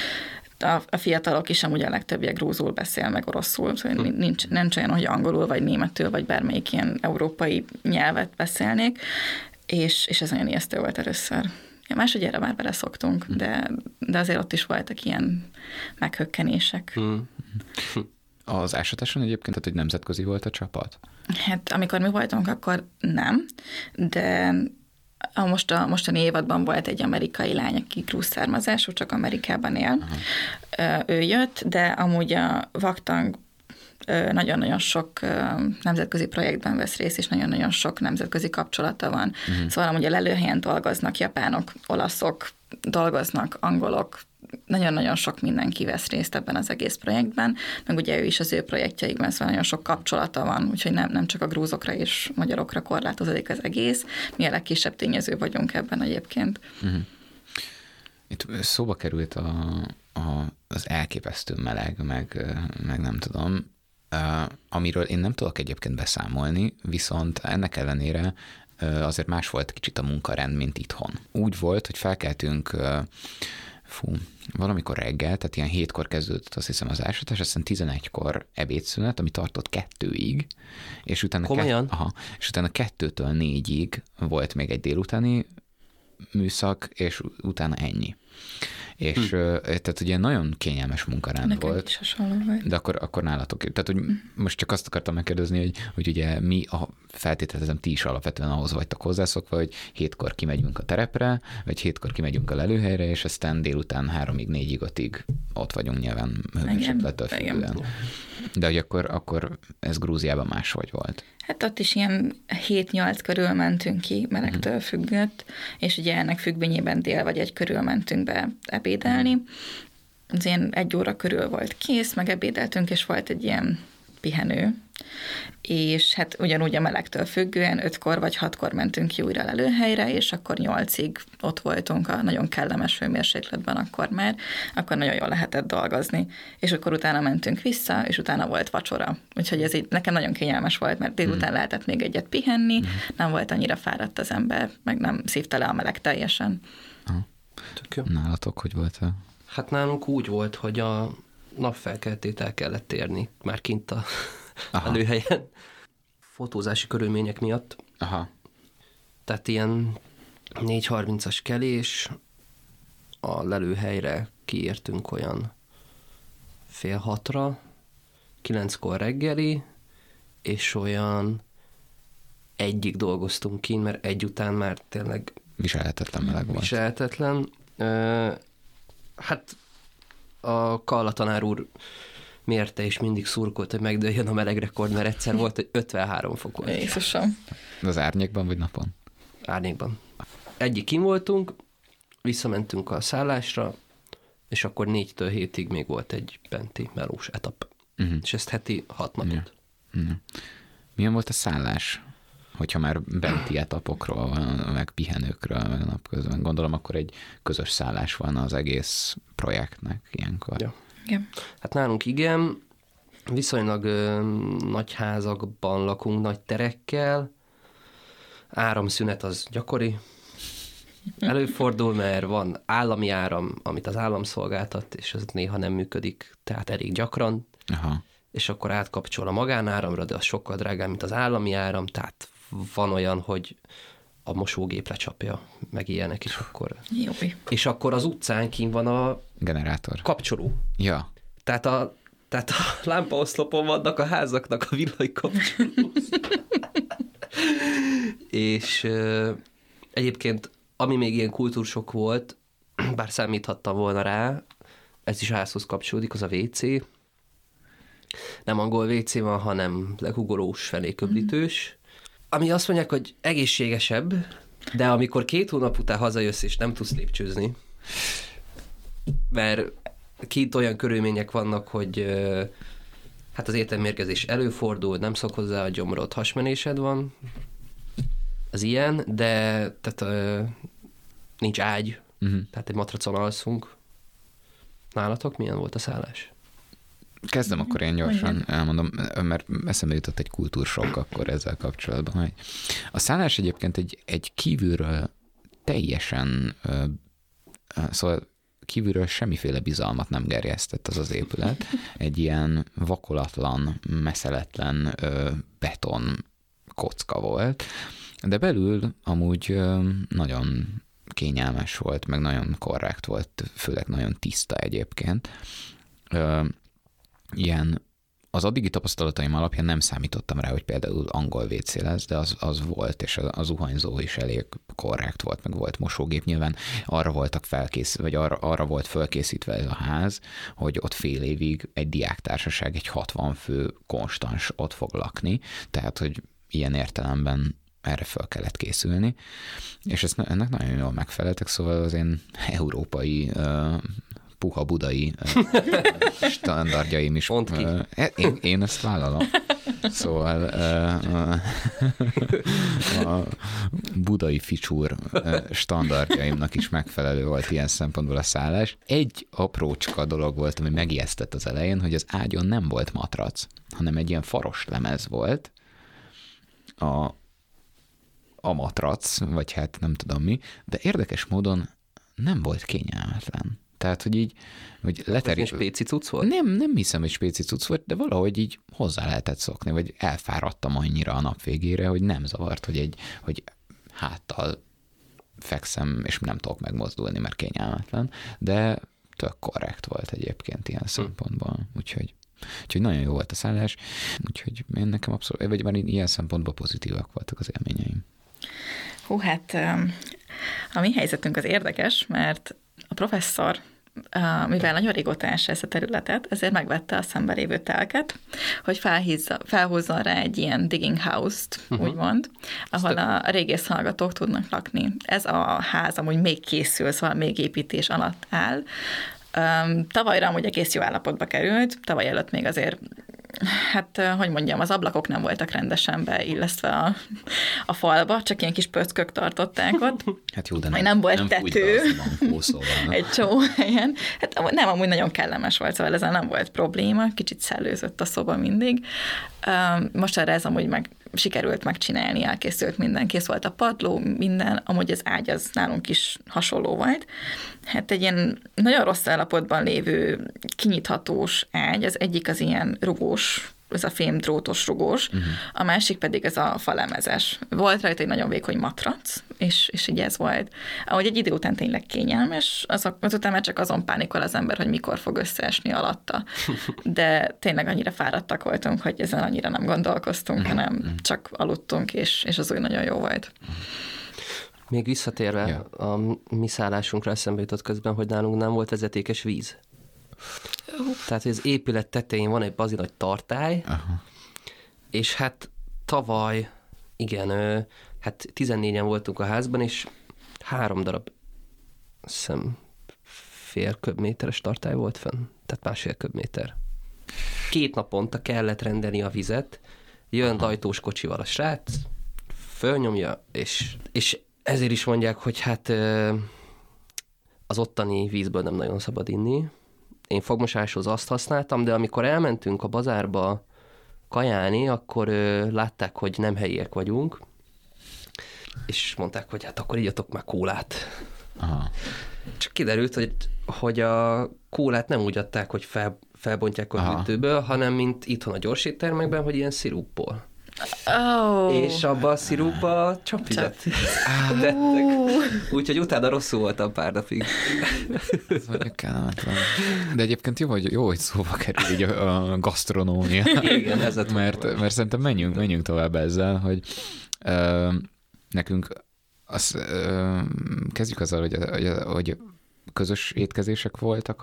D: A fiatalok is amúgy a legtöbbje grúzul beszél, meg oroszul, szóval nincs olyan, hogy angolul, vagy németül, vagy bármelyik ilyen európai nyelvet beszélnék, és ez olyan ijesztő volt először. Ja, másodjára már beleszoktunk, de azért ott is voltak ilyen meghökkenések.
C: Az ásatáson egyébként, tehát, hogy nemzetközi volt a csapat?
D: Hát amikor mi voltunk, akkor nem, de a mostani évadban volt egy amerikai lány, aki grúz származású, csak Amerikában él. Ő jött, de amúgy a Vaktang nagyon-nagyon sok nemzetközi projektben vesz részt, és nagyon-nagyon sok nemzetközi kapcsolata van. Szóval amúgy a lelőhelyen dolgoznak japánok, olaszok, dolgoznak angolok, nagyon-nagyon sok mindenki vesz részt ebben az egész projektben, meg ugye ő is az ő projektjeikben, szóval nagyon sok kapcsolata van, úgyhogy nem csak a grúzokra és magyarokra korlátozódik az egész, mi a legkisebb tényező vagyunk ebben egyébként.
C: Itt szóba került az elképesztő meleg, meg nem tudom, amiről én nem tudok egyébként beszámolni, viszont ennek ellenére azért más volt kicsit a munkarend, mint itthon. Úgy volt, hogy felkeltünk valamikor reggel, tehát ilyen 7-kor kezdődött, azt hiszem az ásatás, aztán 11-kor ebédszünet, ami tartott 2-ig, és utána, és utána 2-től 4-ig volt még egy délutáni műszak, és utána ennyi. És tehát ugye nagyon kényelmes munkarend
D: nekem
C: volt.
D: Is hasonló volt.
C: De akkor nálatok. Tehát, hogy most csak azt akartam megkérdezni, hogy ugye mi, feltételezem, ti is alapvetően ahhoz vagytok hozzászokva, hogy 7-kor kimegyünk a terepre, vagy 7-kor kimegyünk a lelőhelyre, és aztán délután 3-ig, 4-ig, 5-ig ott vagyunk nyilván hőmérséklettől függően. De hogy akkor ez Grúziában máshogy volt.
D: Hát ott is ilyen 7-8 körül mentünk ki, melegtől függött, és ugye ennek függvényében dél vagy 1 körül mentünk be ebédelni. Az ilyen 1 óra körül volt kész, meg ebédeltünk, és volt egy ilyen pihenő. És hát ugyanúgy a melegtől függően 5-kor vagy 6-kor mentünk ki újra lelőhelyre, és akkor 8-ig ott voltunk a nagyon kellemes hőmérsékletben akkor nagyon jól lehetett dolgozni. És akkor utána mentünk vissza, és utána volt vacsora. Úgyhogy ez így nekem nagyon kényelmes volt, mert délután lehetett még egyet pihenni, nem volt annyira fáradt az ember, meg nem szívta le a meleg teljesen.
C: Nálatok hogy volt?
E: Hát nálunk úgy volt, hogy a napfelkeltét el kellett érni már kint a lelőhelyen. Fotózási körülmények miatt.
C: Aha.
E: Tehát ilyen 4:30-as kelés, a lelőhelyre kiértünk olyan 5:30-ra, 9-kor reggeli, és olyan 1-ig dolgoztunk kint, mert 1 után már tényleg
C: viselhetetlen meleg volt.
E: Viselhetetlen. Hát a Kalla tanár úr mérte, és mindig szurkolt, hogy megdőljön a melegrekord, mert egyszer volt, hogy 53 fok volt.
D: Jézusom.
C: Az árnyékban vagy napon?
E: Árnyékban. 1-ig kim voltunk, visszamentünk a szállásra, és akkor 4-től 7-ig még volt egy benti melós etap. És ezt heti 6 napot.
C: Milyen volt a szállás? Hogyha már benti etapokról, meg pihenőkről, meg a napközben. Gondolom, akkor egy közös szállás van az egész projektnek ilyenkor.
E: Ja.
D: Igen.
E: Hát nálunk igen, viszonylag nagy házakban lakunk, nagy terekkel, áramszünet az gyakori, előfordul, mert van állami áram, amit az állam szolgáltat, és az néha nem működik, tehát elég gyakran, és akkor átkapcsol a magánáramra, de az sokkal drágább, mint az állami áram, tehát van olyan, hogy a mosógép lecsapja, meg ilyenek, és akkor...
D: Jó.
E: És akkor az utcán kín van a
C: generátor.
E: Kapcsoló.
C: Ja.
E: Tehát a lámpaoszlopon vannak a házaknak a villanykapcsoló. És egyébként, ami még ilyen kultúrsok volt, bár számíthattam volna rá, ez is házhoz kapcsolódik, az a WC. Nem angol WC van, hanem legugolós, fenéköblítős. Ami azt mondják, hogy egészségesebb, de amikor 2 hónap után hazajössz, és nem tudsz lépcsőzni, mert kint olyan körülmények vannak, hogy hát az ételmérgezés előfordul, nem szok hozzá a gyomrod, hasmenésed van, az ilyen, de tehát nincs ágy, tehát egy matracon alszunk. Nálatok milyen volt a szállás?
C: Kezdem akkor én gyorsan elmondom, mert eszembe jutott egy kultúrsokk akkor ezzel kapcsolatban. Hogy a szállás egyébként egy kívülről teljesen, szóval kívülről semmiféle bizalmat nem gerjesztett az épület. Egy ilyen vakolatlan, messzeletlen beton kocka volt, de belül amúgy nagyon kényelmes volt, meg nagyon korrekt volt, főleg nagyon tiszta egyébként. Ilyen az addigi tapasztalataim alapján nem számítottam rá, hogy például angol WC lesz, de az volt, és az zuhanyzó is elég korrekt volt, meg volt mosógép. Nyilván arra voltak felkészítve, vagy arra volt fölkészítve ez a ház, hogy ott fél évig egy diáktársaság, egy 60 fő konstans ott fog lakni, tehát, hogy ilyen értelemben erre fel kellett készülni, és ennek nagyon jól megfeleltek, szóval az én európai puha budai standardjaim is. Én ezt vállalom. Szóval a budai ficsúr standardjaimnak is megfelelő volt ilyen szempontból a szállás. Egy aprócska dolog volt, ami megijesztett az elején, hogy az ágyon nem volt matrac, hanem egy ilyen faros lemez volt, a matrac, vagy hát nem tudom mi, de érdekes módon nem volt kényelmetlen. Tehát, hogy így, hogy
E: leterít. Spéci cucc volt?
C: Nem hiszem, hogy spéci cucc volt, de valahogy így hozzá lehetett szokni, vagy elfáradtam annyira a nap végére, hogy nem zavart, hogy háttal fekszem, és nem tudok megmozdulni, mert kényelmetlen, de tök korrekt volt egyébként ilyen szempontból, úgyhogy nagyon jó volt a szállás, úgyhogy én nekem abszolút, vagy már ilyen szempontból pozitívak voltak az élményeim.
D: Hú, hát a mi helyzetünk az érdekes, mert a professzor, mivel nagyon régóta ássa ezt a területet, ezért megvette a szemben lévő telket, hogy felhúzzon rá egy ilyen digging house-t, úgymond, ahol a régész hallgatók tudnak lakni. Ez a ház amúgy még készül, szóval még építés alatt áll. Tavalyra amúgy egész jó állapotba került, tavaly előtt még azért, hát, hogy mondjam, az ablakok nem voltak rendesen beillesztve a falba, csak ilyen kis pöckök tartották ott.
C: Hát jó, de
D: nem volt tető.
C: Szóval,
D: egy csomó helyen. Hát nem, amúgy nagyon kellemes volt, szóval ezzel nem volt probléma, kicsit szellőzött a szoba mindig. Most erre ez amúgy sikerült megcsinálni, elkészült minden, kész volt a padló, minden, amúgy az ágy az nálunk is hasonló volt. Hát egy ilyen nagyon rossz állapotban lévő kinyithatós ágy, az egyik az ilyen rugós, ez a fémdrótos rugós, a másik pedig ez a falemezes. Volt rajta egy nagyon vékony matrac, és így ez volt. Ahogy egy idő után tényleg kényelmes, azután már csak azon pánikol az ember, hogy mikor fog összeesni alatta. De tényleg annyira fáradtak voltunk, hogy ezen annyira nem gondolkoztunk, hanem csak aludtunk, és az úgy nagyon jó volt.
E: Még visszatérve a mi szállásunkra eszembe jutott közben, hogy nálunk nem volt vezetékes víz. Tehát, hogy az épület tetején van egy bazi nagy tartály, és hát tavaly, igen, hát 14-en voltunk a házban, és 3 darab, azt hiszem, fél köbméteres tartály volt fenn, tehát 1,5 köbméter. 2 naponta kellett rendelni a vizet, jön ajtós kocsival a srác, fölnyomja, és ezért is mondják, hogy hát az ottani vízből nem nagyon szabad inni. Én fogmosáshoz azt használtam, de amikor elmentünk a bazárba kajálni, akkor látták, hogy nem helyiek vagyunk, és mondták, hogy hát akkor igyatok már kólát.
C: Aha.
E: Csak kiderült, hogy a kólát nem úgy adták, hogy felbontják a hűtőből, hanem mint itthon a gyorséttermekben, hogy ilyen szirupból. És abba a szirupba csapvizet tettek. Úgyhogy utána rosszul voltam pár napig.
C: Ez mondjuk kellemetlen. De egyébként jó, hogy szóba kerül így a gasztronómia.
E: Igen, ez
C: mert szerintem menjünk tovább ezzel, hogy nekünk kezdjük azzal, hogy közös étkezések voltak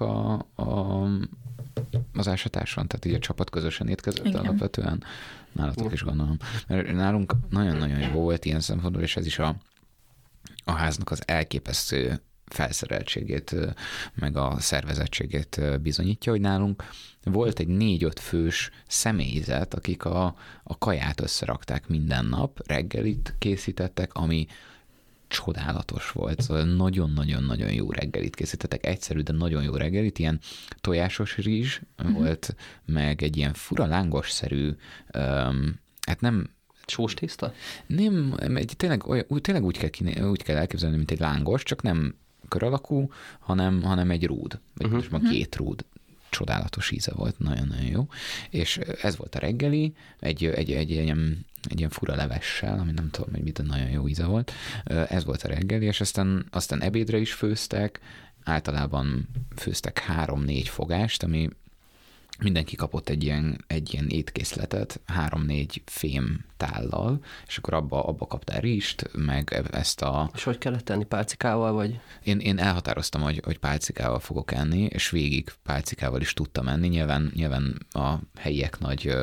C: az ásatáson, tehát így a csapat közösen étkezett alapvetően. Nálatok is gondolom. Mert nálunk nagyon-nagyon jó volt ilyen szempontból, és ez is a háznak az elképesztő felszereltségét, meg a szervezettségét bizonyítja, hogy nálunk volt egy 4-5 fős személyzet, akik a kaját összerakták minden nap, reggelit készítettek, ami csodálatos volt, szóval nagyon-nagyon-nagyon jó reggelit készítettek, egyszerű, de nagyon jó reggelit, ilyen tojásos rizs volt, meg egy ilyen fura lángosszerű, hát nem
E: Sós tészta?
C: Nem, tényleg úgy kell elképzelni, mint egy lángos, csak nem kör alakú, hanem egy rúd, vagy most már 2 rúd. Csodálatos íze volt, nagyon-nagyon jó. És ez volt a reggeli, egy ilyen fura levessel, ami nem tudom, hogy mit, nagyon jó íze volt. Ez volt a reggeli, és aztán ebédre is főztek, általában főztek 3-4 fogást, ami mindenki kapott egy ilyen étkészletet 3-4 fém tállal, és akkor abba kaptál rizst, meg ezt a...
E: És hogy kellett tenni, pálcikával, vagy?
C: Én elhatároztam, hogy pálcikával fogok enni, és végig pálcikával is tudtam enni. Nyilván a helyiek nagy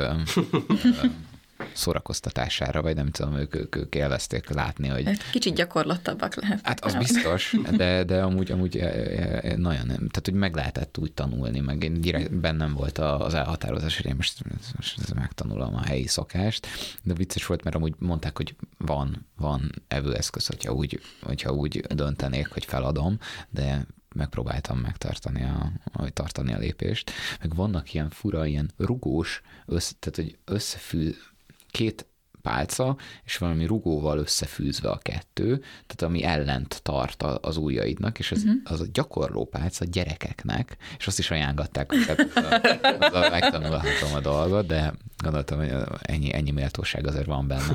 C: szórakoztatására, vagy nem tudom, ők élvezték látni, hogy...
D: Kicsit gyakorlatabbak lehet.
C: Hát az biztos, de amúgy nagyon nem. Tehát, hogy meg lehetett úgy tanulni, meg én direkt bennem volt az elhatározás, hogy én most megtanulom a helyi szokást, de vicces volt, mert amúgy mondták, hogy van evőeszköz, hogyha úgy döntenék, hogy feladom, de megpróbáltam tartani a lépést. Meg vannak ilyen fura, ilyen rugós, tehát hogy összefű 2 pálca, és valami rugóval összefűzve a 2, tehát ami ellent tart az ujjaidnak, és az a gyakorló pálca gyerekeknek, és azt is ajánlották, hogy megtanulhatom a dolgot, de gondoltam, hogy ennyi méltóság azért van benne.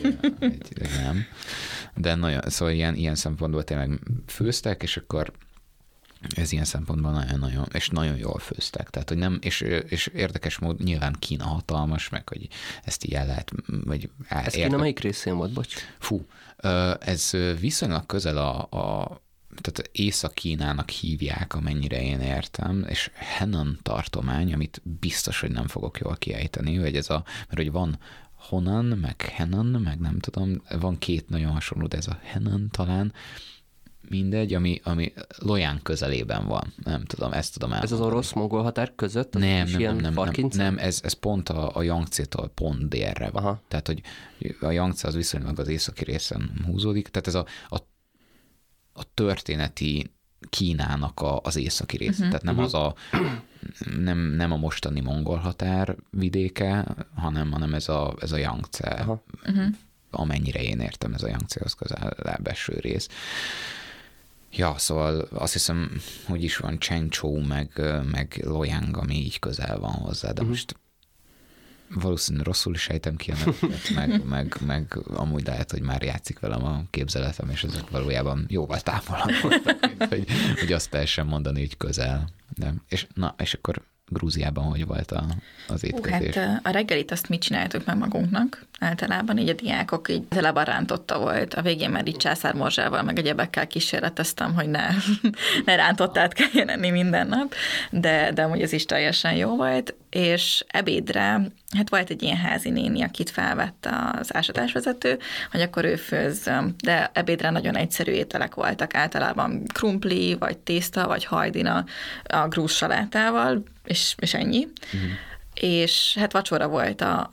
C: Nem. De szóval ilyen szempontból tényleg főztek, és akkor ez ilyen szempontból nagyon-nagyon, és nagyon jól főztek. Tehát, hogy nem, és érdekes mód, nyilván Kína hatalmas, meg hogy ezt így el lehet, vagy
E: ez Kína melyik részén volt, bocs?
C: Ez viszonylag közel tehát Észak-Kínának hívják, amennyire én értem, és Henan tartomány, amit biztos, hogy nem fogok jól kiejteni, hogy mert hogy van Honan, meg Henan, meg nem tudom, van 2 nagyon hasonló, de ez a Henan talán, mindegy, ami Loján közelében van. Nem tudom, ezt tudom elmondani. Ez
E: az orosz-mongol határ között?
C: Nem, ez pont a Yangtze-tól pont délre van. Aha. Tehát, hogy a Yangtze az viszonylag az északi részen húzódik, tehát ez a történeti Kínának az északi része. Tehát nem nem a mostani mongol határ vidéke, hanem ez a Yangtze. Amennyire én értem, ez a Yangtze-hoz közelebb eső rész. Ja, szóval azt hiszem, hogy is van Chengzhou, meg Luoyang, ami így közel van hozzá, de most valószínűleg rosszul is ejtem ki a nevet, meg amúgy lehet, hogy már játszik velem a képzeletem, és ezek valójában jóval távolabb voltak, hogy azt teljesen mondani, hogy közel. De, és akkor Grúziában hogy volt az étkezés?
D: Hát a reggelit azt mit csináltuk meg magunknak? Általában így a diákok így általában rántotta volt. A végén már így császármorzsával, meg egyebekkel kísérleteztem, hogy ne rántottát kelljen enni minden nap, de amúgy ez is teljesen jó volt. És ebédre, hát volt egy ilyen házi néni, akit felvett az ásatásvezető, hogy akkor ő főzzön. De ebédre nagyon egyszerű ételek voltak, általában krumpli, vagy tészta, vagy hajdina a grúz salátával, és ennyi. És hát vacsora volt a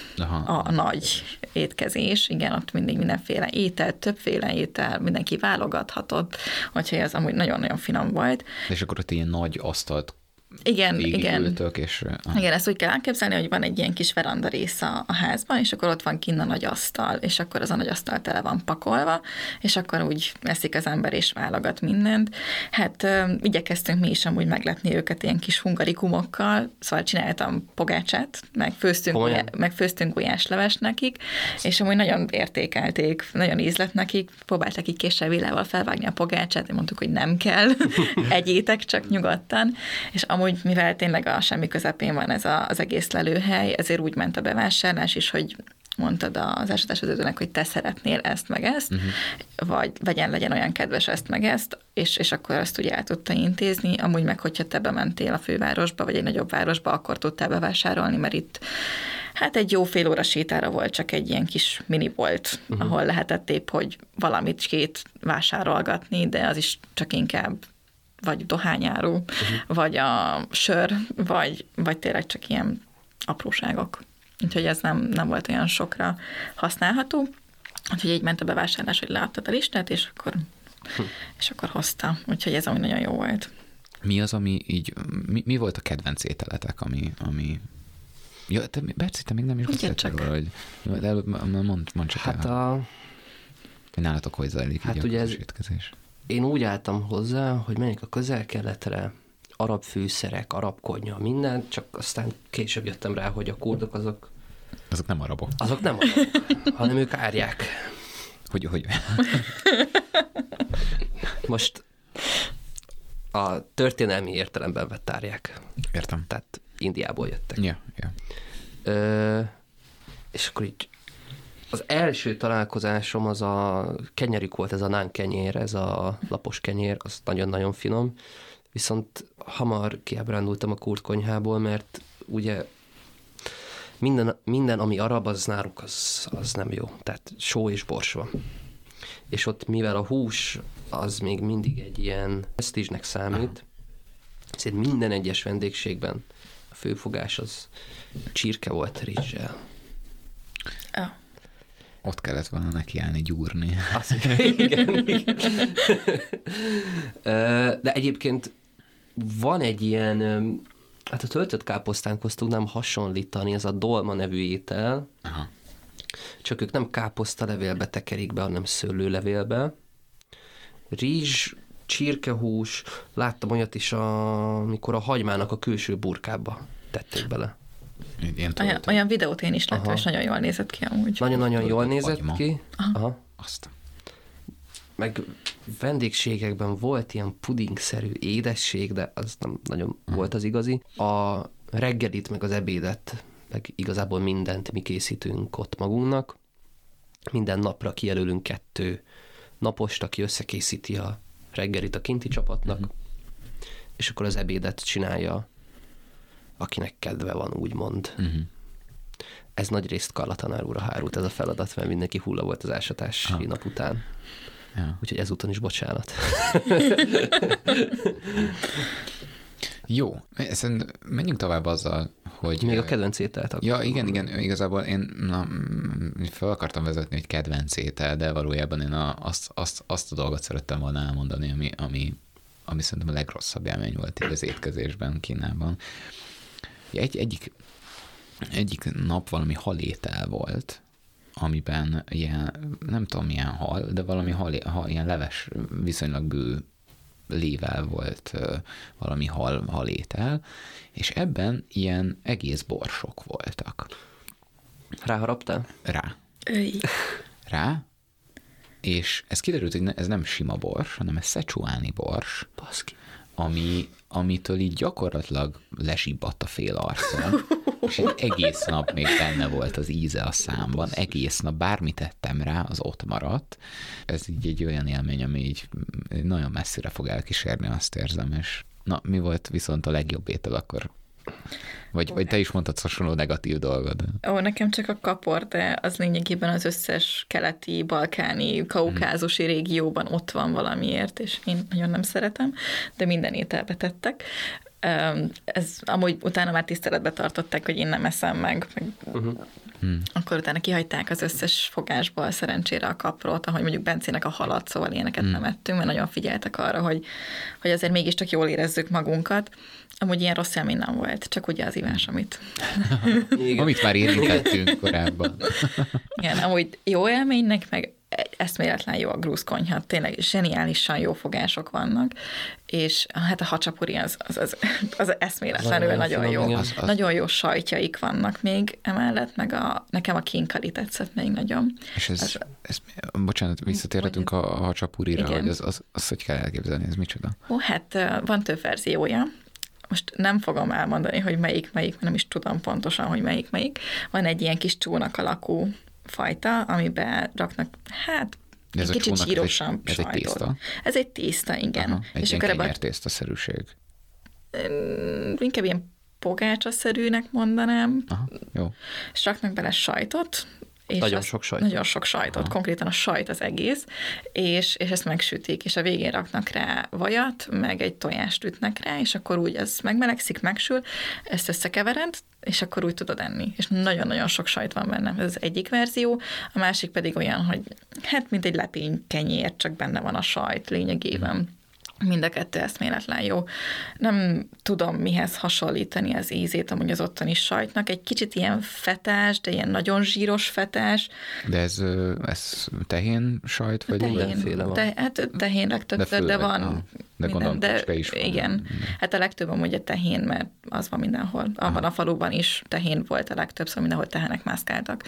D: nagy étkezés, igen, ott mindig mindenféle étel, többféle étel, mindenki válogathatott, úgyhogy ez amúgy nagyon-nagyon finom volt.
C: És akkor ott ilyen nagy asztalt
D: igen.
C: És...
D: Igen, ezt úgy kell elképzelni, hogy van egy ilyen kis veranda rész a házban, és akkor ott van kinn a nagy asztal, és akkor az a nagy asztal tele van pakolva, és akkor úgy eszik az ember, és válogat mindent. Hát igyekeztünk mi is amúgy meglepni őket ilyen kis hungarikumokkal, szóval csináltam pogácsát, meg főztünk gulyáslevest nekik, és amúgy nagyon értékelték, nagyon ízlett nekik, próbáltak így késsel villával felvágni a pogácsát, mondtuk, hogy nem kell, egyétek csak nyugodtan, és amúgy, mivel tényleg a semmi közepén van ez az egész lelőhely, ezért úgy ment a bevásárlás is, hogy mondtad az ásatásvezetőnek, hogy te szeretnél ezt meg ezt, vagy legyen olyan kedves ezt meg ezt, és akkor azt ugye el tudta intézni. Amúgy meg, hogyha te bementél a fővárosba, vagy egy nagyobb városba, akkor tudtál bevásárolni, mert itt hát egy jó fél óra sétára volt csak egy ilyen kis minibolt, ahol lehetett épp, hogy valamit vásárolgatni, de az is csak inkább vagy dohányáru, vagy a sör, vagy tényleg csak ilyen apróságok. Úgyhogy ez nem volt olyan sokra használható. Úgyhogy így ment a bevásárlás, hogy leadtad a listát, és akkor hozta. Úgyhogy ez ami nagyon jó volt.
C: Mi az, ami így, mi volt a kedvenc ételetek, ami... Ja, Berci, te még nem is beszéltél róla, hogy... Mondd csak
E: Hát
C: hogy nálatok hogy zajlik így
E: ugye
C: a étkezés.
E: Én úgy álltam hozzá, hogy menjek a Közel-Keletre, arab fűszerek, arab konyha, minden, csak aztán később jöttem rá, hogy a kurdok azok
C: nem arabok.
E: Azok nem arabok, hanem ők árják.
C: Hogy? Most
E: a történelmi értelemben vett árják.
C: Értem.
E: Tehát Indiából jöttek.
C: Ja.
E: És akkor így az első találkozásom az a kenyerük volt, ez a nán kenyér, ez a lapos kenyér, az nagyon-nagyon finom. Viszont hamar kiábrándultam a kurd konyhából, mert ugye minden ami arab, az náluk az nem jó. Tehát só és bors van. És ott, mivel a hús az még mindig egy ilyen presztízsnek számít, ezért minden egyes vendégségben a főfogás az csirke volt rizssel.
C: Ott kellett volna nekiállni gyúrni.
E: Igen. De egyébként van egy ilyen, hát a töltött káposztánkhoz tudnám hasonlítani, ez a dolma nevű étel.
C: Aha.
E: Csak ők nem káposztalevélbe tekerik be, hanem szőlőlevélbe. Rizs, csirkehús, láttam olyat is, amikor a hagymának a külső burkába tették bele.
D: Olyan videót én is láttam, és nagyon jól nézett ki amúgy.
E: Nagyon-nagyon jól nézett ki.
C: Aha. Azt.
E: Meg vendégségekben volt ilyen pudingszerű édesség, de az nem nagyon volt az igazi. A reggelit, meg az ebédet, meg igazából mindent mi készítünk ott magunknak. Minden napra kijelölünk 2 napost, aki összekészíti a reggelit a kinti csapatnak, és akkor az ebédet csinálja, akinek kedve van, úgymond. Ez nagyrészt Karla tanár úrra hárult ez a feladat, mert mindenki hulla volt az ásatási nap után.
C: Ja.
E: Úgyhogy ezúton is bocsánat.
C: Jó, menjünk tovább azzal, hogy...
E: Még a kedvenc ételt.
C: Ja, igen, igazából én fel akartam vezetni, hogy kedvenc étel, de valójában én azt a dolgot szerettem volna elmondani, ami szerintem a legrosszabb élmény volt így az étkezésben Kínában. Egyik nap valami halétel volt, amiben ilyen, nem tudom milyen hal, de valami ilyen leves, viszonylag bő lével volt valami halétel, és ebben ilyen egész borsok voltak.
E: Ráharaptál?
C: Rá. És ez kiderült, hogy ez nem sima bors, hanem ez szecsuáni bors.
E: Baszki.
C: Amitől így gyakorlatilag lesibbadt a fél arcon, és egy egész nap még benne volt az íze a számban, egész nap bármit ettem rá, az ott maradt. Ez így egy olyan élmény, ami így nagyon messzire fog elkísérni, azt érzem, és na, mi volt viszont a legjobb étel akkor? Vagy te is mondtad hasonló negatív dolgod.
D: Nekem csak a kapor, de az lényegében az összes keleti, balkáni, kaukázusi régióban ott van valamiért, és én nagyon nem szeretem, de minden ételbe tettek. Ez amúgy utána már tiszteletbe tartották, hogy én nem eszem meg. Akkor utána kihagyták az összes fogásból szerencsére a kaprót, ahogy mondjuk Bencének a halat, szóval ilyeneket nem ettünk, mert nagyon figyeltek arra, hogy azért mégiscsak jól érezzük magunkat. Amúgy ilyen rossz élmény nem volt, csak ugye az ivás,
C: amit már érintettünk korábban.
D: Igen, amúgy jó élménynek, meg eszméletlen jó a grúz konyha, tényleg zseniálisan jó fogások vannak, és hát a hacsapuri az eszméletlenül nagyon jó. Nagyon jó sajtjaik vannak még emellett, meg nekem a kinkali tetszett még nagyon.
C: És ez bocsánat, visszatérhetünk a hacsapurira, hogy az hogy kell elképzelni, ez micsoda?
D: Hát van több verziója. Most nem fogom elmondani, hogy melyik, mert nem is tudom pontosan, hogy melyik. Van egy ilyen kis csónak alakú fajta, amiben raknak, hát egy kicsit zsírosabb sajtot. Ez egy tészta? Ez egy tészta, igen.
C: Aha, egy ilyen kenyértésztaszerűség.
D: Inkább ilyen pogácsaszerűnek mondanám.
C: Aha, jó.
D: És raknak bele sajtot. És
E: nagyon sok sajtot.
D: Nagyon sok sajtot, aha. Konkrétan a sajt az egész, és ezt megsütik, és a végén raknak rá vajat, meg egy tojást ütnek rá, és akkor úgy ez megmelegszik, megsül, ezt összekevered, és akkor úgy tudod enni. És nagyon-nagyon sok sajt van benne. Ez az egyik verzió, a másik pedig olyan, hogy hát mint egy lepény kenyér, csak benne van a sajt lényegében. Mind a kettő eszméletlen jó. Nem tudom mihez hasonlítani az ízét amúgy az ottani sajtnak. Egy kicsit ilyen fetás, de ilyen nagyon zsíros fetás.
C: De ez tehén sajt, vagy
E: mindenféle van?
D: Hát tehén legtöbbször, de van.
C: De gondolom, kecske is van.
D: Igen. Hát a legtöbb amúgy a tehén, mert az van mindenhol. Abban a faluban is tehén volt a legtöbbször, mindenhol tehenek mászkáltak.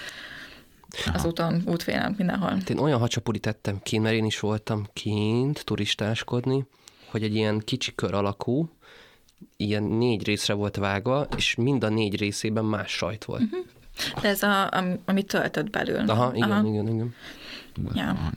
D: Az úton, útfélen, mindenhol.
E: Én olyan hacsapurit tettem kint, mert én is voltam kint turistáskodni, hogy egy ilyen kicsi kör alakú, ilyen 4 részre volt vágva, és mind a 4 részében más sajt volt. Uh-huh.
D: De ez ami töltött belül.
E: Aha, igen.
D: Ja.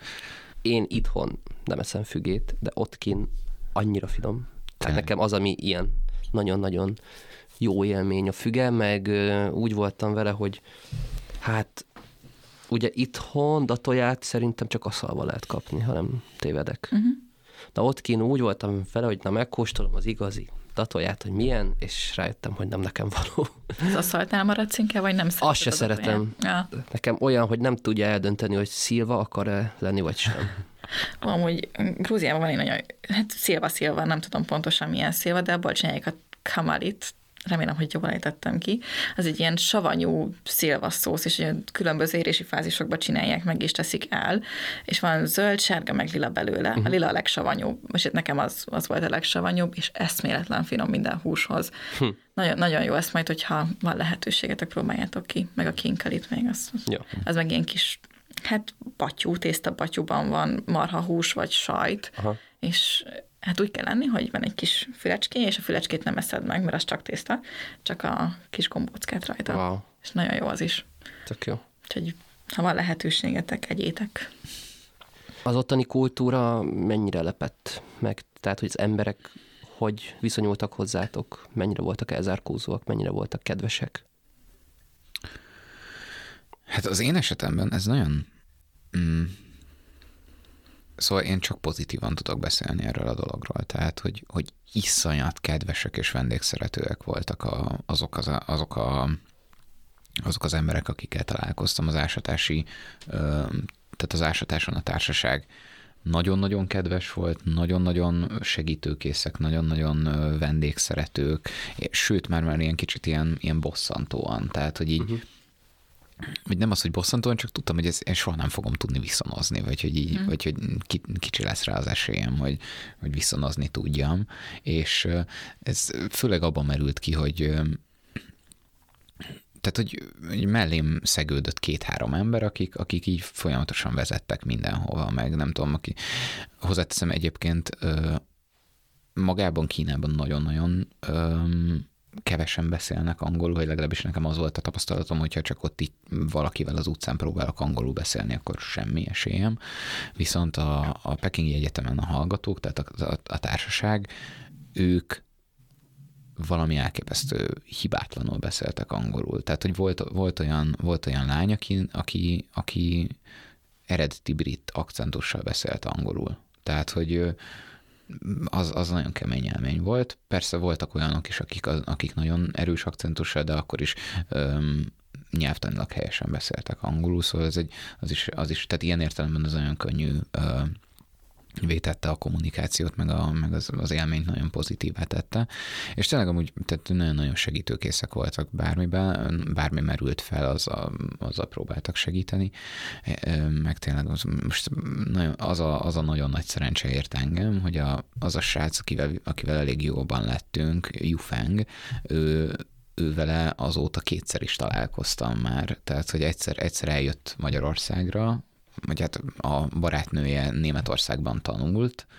E: Én itthon nem eszem fügét, de ott kint annyira finom. Tehát nekem az, ami ilyen nagyon-nagyon jó élmény a füge, meg úgy voltam vele, hogy hát ugye itthon datóját szerintem csak aszalva lehet kapni, ha nem tévedek. Uh-huh. De ott kint úgy voltam vele, hogy na megkóstolom az igazi datóját, hogy milyen, és rájöttem, hogy nem nekem való.
D: Az aszaltnál maradsz inkább, vagy nem szereted?
E: Azt se szeretem. Ja. Nekem olyan, hogy nem tudja eldönteni, hogy szilva akar-e lenni, vagy sem.
D: Amúgy Grúziában van egy nagyon, hát szilva, nem tudom pontosan milyen szilva, de abból csinálják a kamarit, remélem, hogy jól ejtettem ki. Az egy ilyen savanyú szilvasszósz, és ilyen különböző érési fázisokba csinálják meg, és teszik el, és van zöld, sárga, meg lila belőle. A lila a legsavanyúbb, most nekem az volt a legsavanyúbb, és eszméletlen finom minden húshoz. Nagyon, nagyon jó, ezt majd, hogyha van lehetőségetek, próbáljátok ki, meg a kinkalit még, az meg ilyen kis, hát batyú, tészta batyúban van marhahús vagy sajt, aha. És hát úgy kell lenni, hogy van egy kis fülecské, és a fülecskét nem eszed meg, mert az csak tészta, csak a kis gombóckát rajta.
E: Wow.
D: És nagyon jó az is.
E: Tök jó.
D: Úgyhogy ha van lehetőségetek, egyétek.
E: Az ottani kultúra mennyire lepett meg? Tehát, hogy az emberek hogy viszonyultak hozzátok? Mennyire voltak elzárkózóak? Mennyire voltak kedvesek?
C: Hát az én esetemben ez nagyon... Szóval én csak pozitívan tudok beszélni erről a dologról, tehát, hogy iszonyat kedvesek és vendégszeretőek voltak azok az emberek, akikkel találkoztam az ásatási, tehát az ásatáson a társaság nagyon-nagyon kedves volt, nagyon-nagyon segítőkészek, nagyon-nagyon vendégszeretők, sőt, már ilyen kicsit ilyen bosszantóan, tehát, hogy így vagy nem az, hogy bosszantóan, csak tudtam, hogy én soha nem fogom tudni viszonozni, vagy hogy így, vagy hogy kicsi lesz rá az esélyem, hogy viszonozni tudjam. És ez főleg abban merült ki, hogy tehát, hogy mellém szegődött 2-3 ember, akik így folyamatosan vezettek mindenhova, meg nem tudom, hozzáteszem egyébként magában Kínában nagyon-nagyon kevesen beszélnek angolul, vagy legalábbis nekem az volt a tapasztalatom, hogyha csak ott így valakivel az utcán próbálok angolul beszélni, akkor semmi esélyem. Viszont a Pekingi Egyetemen a hallgatók, tehát a társaság, ők valami elképesztő hibátlanul beszéltek angolul. Tehát, hogy volt olyan lány, aki eredeti brit akcentussal beszélt angolul. Tehát, hogy az nagyon kemény élmény volt. Persze voltak olyanok is, akik nagyon erős akcentussal, de akkor is nyelvtanilag helyesen beszéltek angolul, szóval az is, tehát ilyen értelemben az nagyon könnyű vétette a kommunikációt, meg az élményt nagyon pozitívá tette. És tényleg amúgy tehát nagyon-nagyon segítőkészek voltak bármi merült fel, azzal próbáltak segíteni. Meg tényleg az a nagyon nagy szerencse ért engem, hogy az a srác, akivel elég jóban lettünk, Yufeng, ővele azóta 2-szer is találkoztam már. Tehát, hogy egyszer eljött Magyarországra, vagy hát a barátnője Németországban tanult,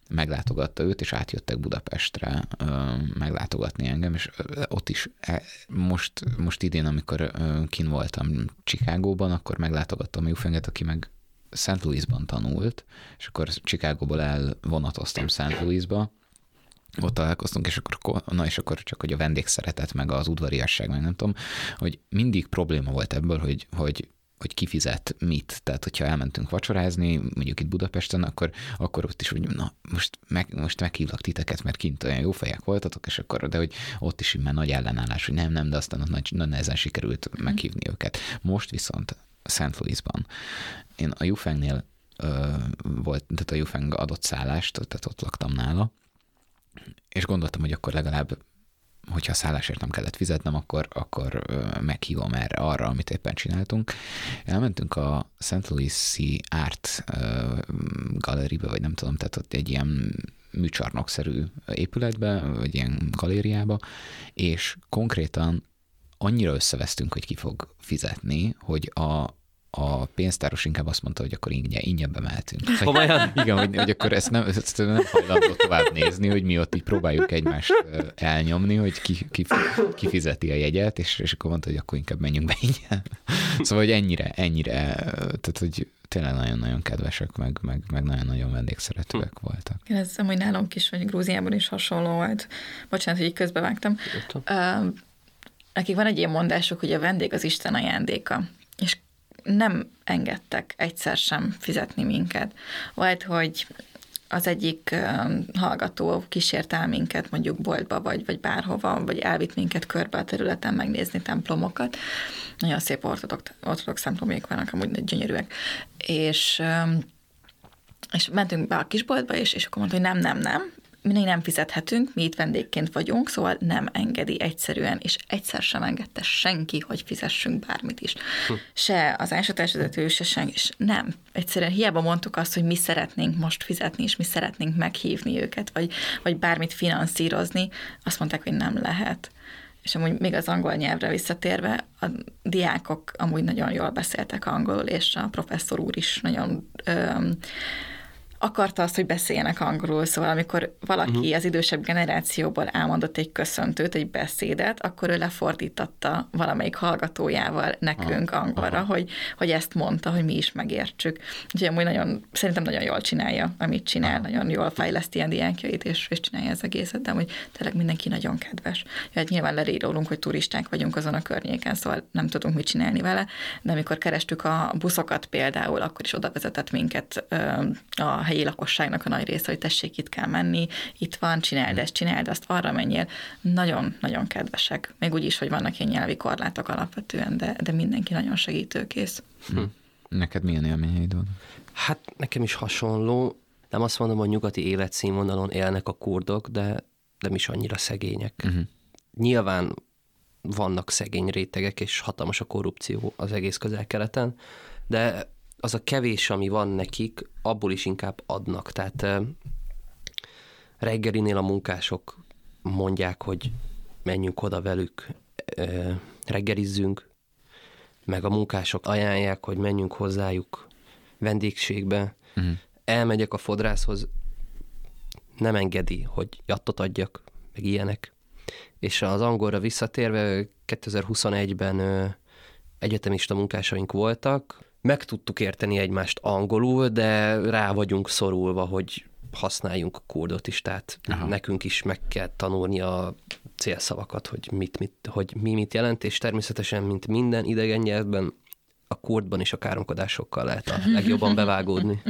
C: meglátogatta őt, és átjöttek Budapestre meglátogatni engem, és ott is most idén, amikor kint voltam Chicagóban, akkor meglátogattam a Jufenget, aki meg St. Louisban tanult, és akkor Chicagóból elvonatoztam St. Louisba, ott találkoztunk, és akkor csak hogy a vendégszeretet, meg az udvariasság, meg nem tudom, hogy mindig probléma volt ebből, hogy ki fizet mit. Tehát, hogyha elmentünk vacsorázni, mondjuk itt Budapesten, akkor ott is, hogy na, most meghívlak titeket, mert kint olyan jó fejek voltatok, és akkor, de hogy ott is már nagy ellenállás, hogy nem, de aztán ott nagy nehezen sikerült meghívni őket. Most viszont St. Louisban én a Jufengnél volt, tehát a Jufeng adott szállást, tehát ott laktam nála, és gondoltam, hogy akkor legalább, hogyha a szállásért nem kellett fizetnem, akkor meghívom arra, amit éppen csináltunk. Elmentünk a St. Louis-i Art Gallerybe, vagy nem tudom, tehát ott egy ilyen műcsarnokszerű épületbe, vagy ilyen galériába, és konkrétan annyira összevesztünk, hogy ki fog fizetni, hogy a pénztáros inkább azt mondta, hogy akkor ingyen bemehetünk. Igen, hogy akkor ezt nem hajlandó tovább nézni, hogy mi ott így próbáljuk egymást elnyomni, hogy ki fizeti a jegyet, és akkor mondta, hogy akkor inkább menjünk be ingyen. Szóval, hogy ennyire, tehát hogy tényleg nagyon-nagyon kedvesek, meg nagyon-nagyon vendégszeretőek voltak.
D: Én ez amúgy nálunk is, vagy Grúziában is hasonló volt. Bocsánat, hogy így közbevágtam. Nekik van egy ilyen mondásuk, hogy a vendég az Isten ajándéka, és nem engedtek egyszer sem fizetni minket. Volt, hogy az egyik hallgató kísért el minket mondjuk boltba, vagy bárhova, vagy elvitt minket körbe a területen megnézni templomokat. Nagyon szép ortodox templomok vannak, amúgy gyönyörűek. És mentünk be a kisboltba, és akkor mondta, hogy nem, mi nem fizethetünk, mi itt vendégként vagyunk, szóval nem engedi egyszerűen, és egyszer sem engedte senki, hogy fizessünk bármit is. Se az ásatásvezető, se senki, és nem. Egyszerűen hiába mondtuk azt, hogy mi szeretnénk most fizetni, és mi szeretnénk meghívni őket, vagy bármit finanszírozni, azt mondták, hogy nem lehet. És amúgy még az angol nyelvre visszatérve, a diákok amúgy nagyon jól beszéltek angolul, és a professzor úr is nagyon akarta azt, hogy beszéljenek angolul, szóval amikor valaki az idősebb generációból elmondott egy köszöntőt, egy beszédet, akkor ő lefordította valamelyik hallgatójával nekünk angolra, hogy ezt mondta, hogy mi is megértsük. Úgyhogy amúgy szerintem nagyon jól csinálja, amit csinál, nagyon jól fejleszti a diákjait, és csinálja az egészet, de amúgy tényleg mindenki nagyon kedves. Hát nyilván lerírólunk, hogy turisták vagyunk azon a környéken, szóval nem tudunk mit csinálni vele, de amikor kerestük a buszokat például, akkor is oda vezetett minket a helyi lakosságnak a nagy része, hogy tessék, itt kell menni, itt van, csináld azt, arra menjél. Nagyon-nagyon kedvesek. Még úgy is, hogy vannak ilyen nyelvi korlátok alapvetően, de mindenki nagyon segítőkész.
C: Neked milyen élményeid van?
E: Hát nekem is hasonló. Nem azt mondom, hogy nyugati életszínvonalon élnek a kurdok, de nem is annyira szegények. Nyilván vannak szegény rétegek, és hatalmas a korrupció az egész Közel-Keleten, de az a kevés, ami van nekik, abból is inkább adnak. Tehát reggelinél a munkások mondják, hogy menjünk oda velük, reggelizzünk, meg a munkások ajánlják, hogy menjünk hozzájuk vendégségbe. Elmegyek a fodrászhoz, nem engedi, hogy jattot adjak, meg ilyenek. És az angolra visszatérve, 2021-ben egyetemista munkásaink voltak, meg tudtuk érteni egymást angolul, de rá vagyunk szorulva, hogy használjunk a kurdot is, tehát nekünk is meg kell tanulni a célszavakat, hogy mi mit jelent, és természetesen, mint minden idegen nyelvben, a kurdban is a káromkodásokkal lehet a legjobban bevágódni.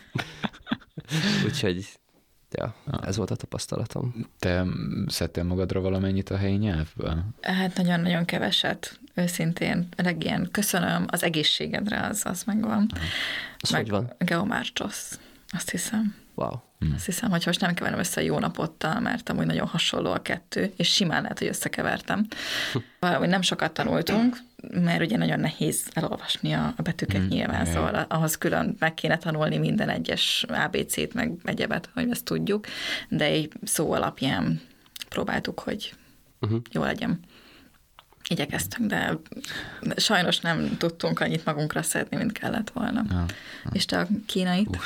E: Úgyhogy ez volt a tapasztalatom.
C: Te szedtél magadra valamennyit a helyi nyelvből?
D: Hát nagyon-nagyon keveset, őszintén. Ilyen köszönöm, az egészségedre az megvan.
E: Az hogy van?
D: Geomárcsosz, azt hiszem.
E: Wow.
D: Azt hiszem, hogy most nem keverem össze a jó napottal, mert amúgy nagyon hasonló a kettő, és simán lehet, hogy összekevertem. Valahogy nem sokat tanultunk, mert ugye nagyon nehéz elolvasni a betűket nyilván, szóval ahhoz külön meg kéne tanulni minden egyes ABC-t, meg egyebet, hogy ezt tudjuk, de egy szó alapján próbáltuk, hogy jó legyen. Igyekeztünk, de sajnos nem tudtunk annyit magunkra szedni, mint kellett volna.
C: Ja.
D: És te a kínait?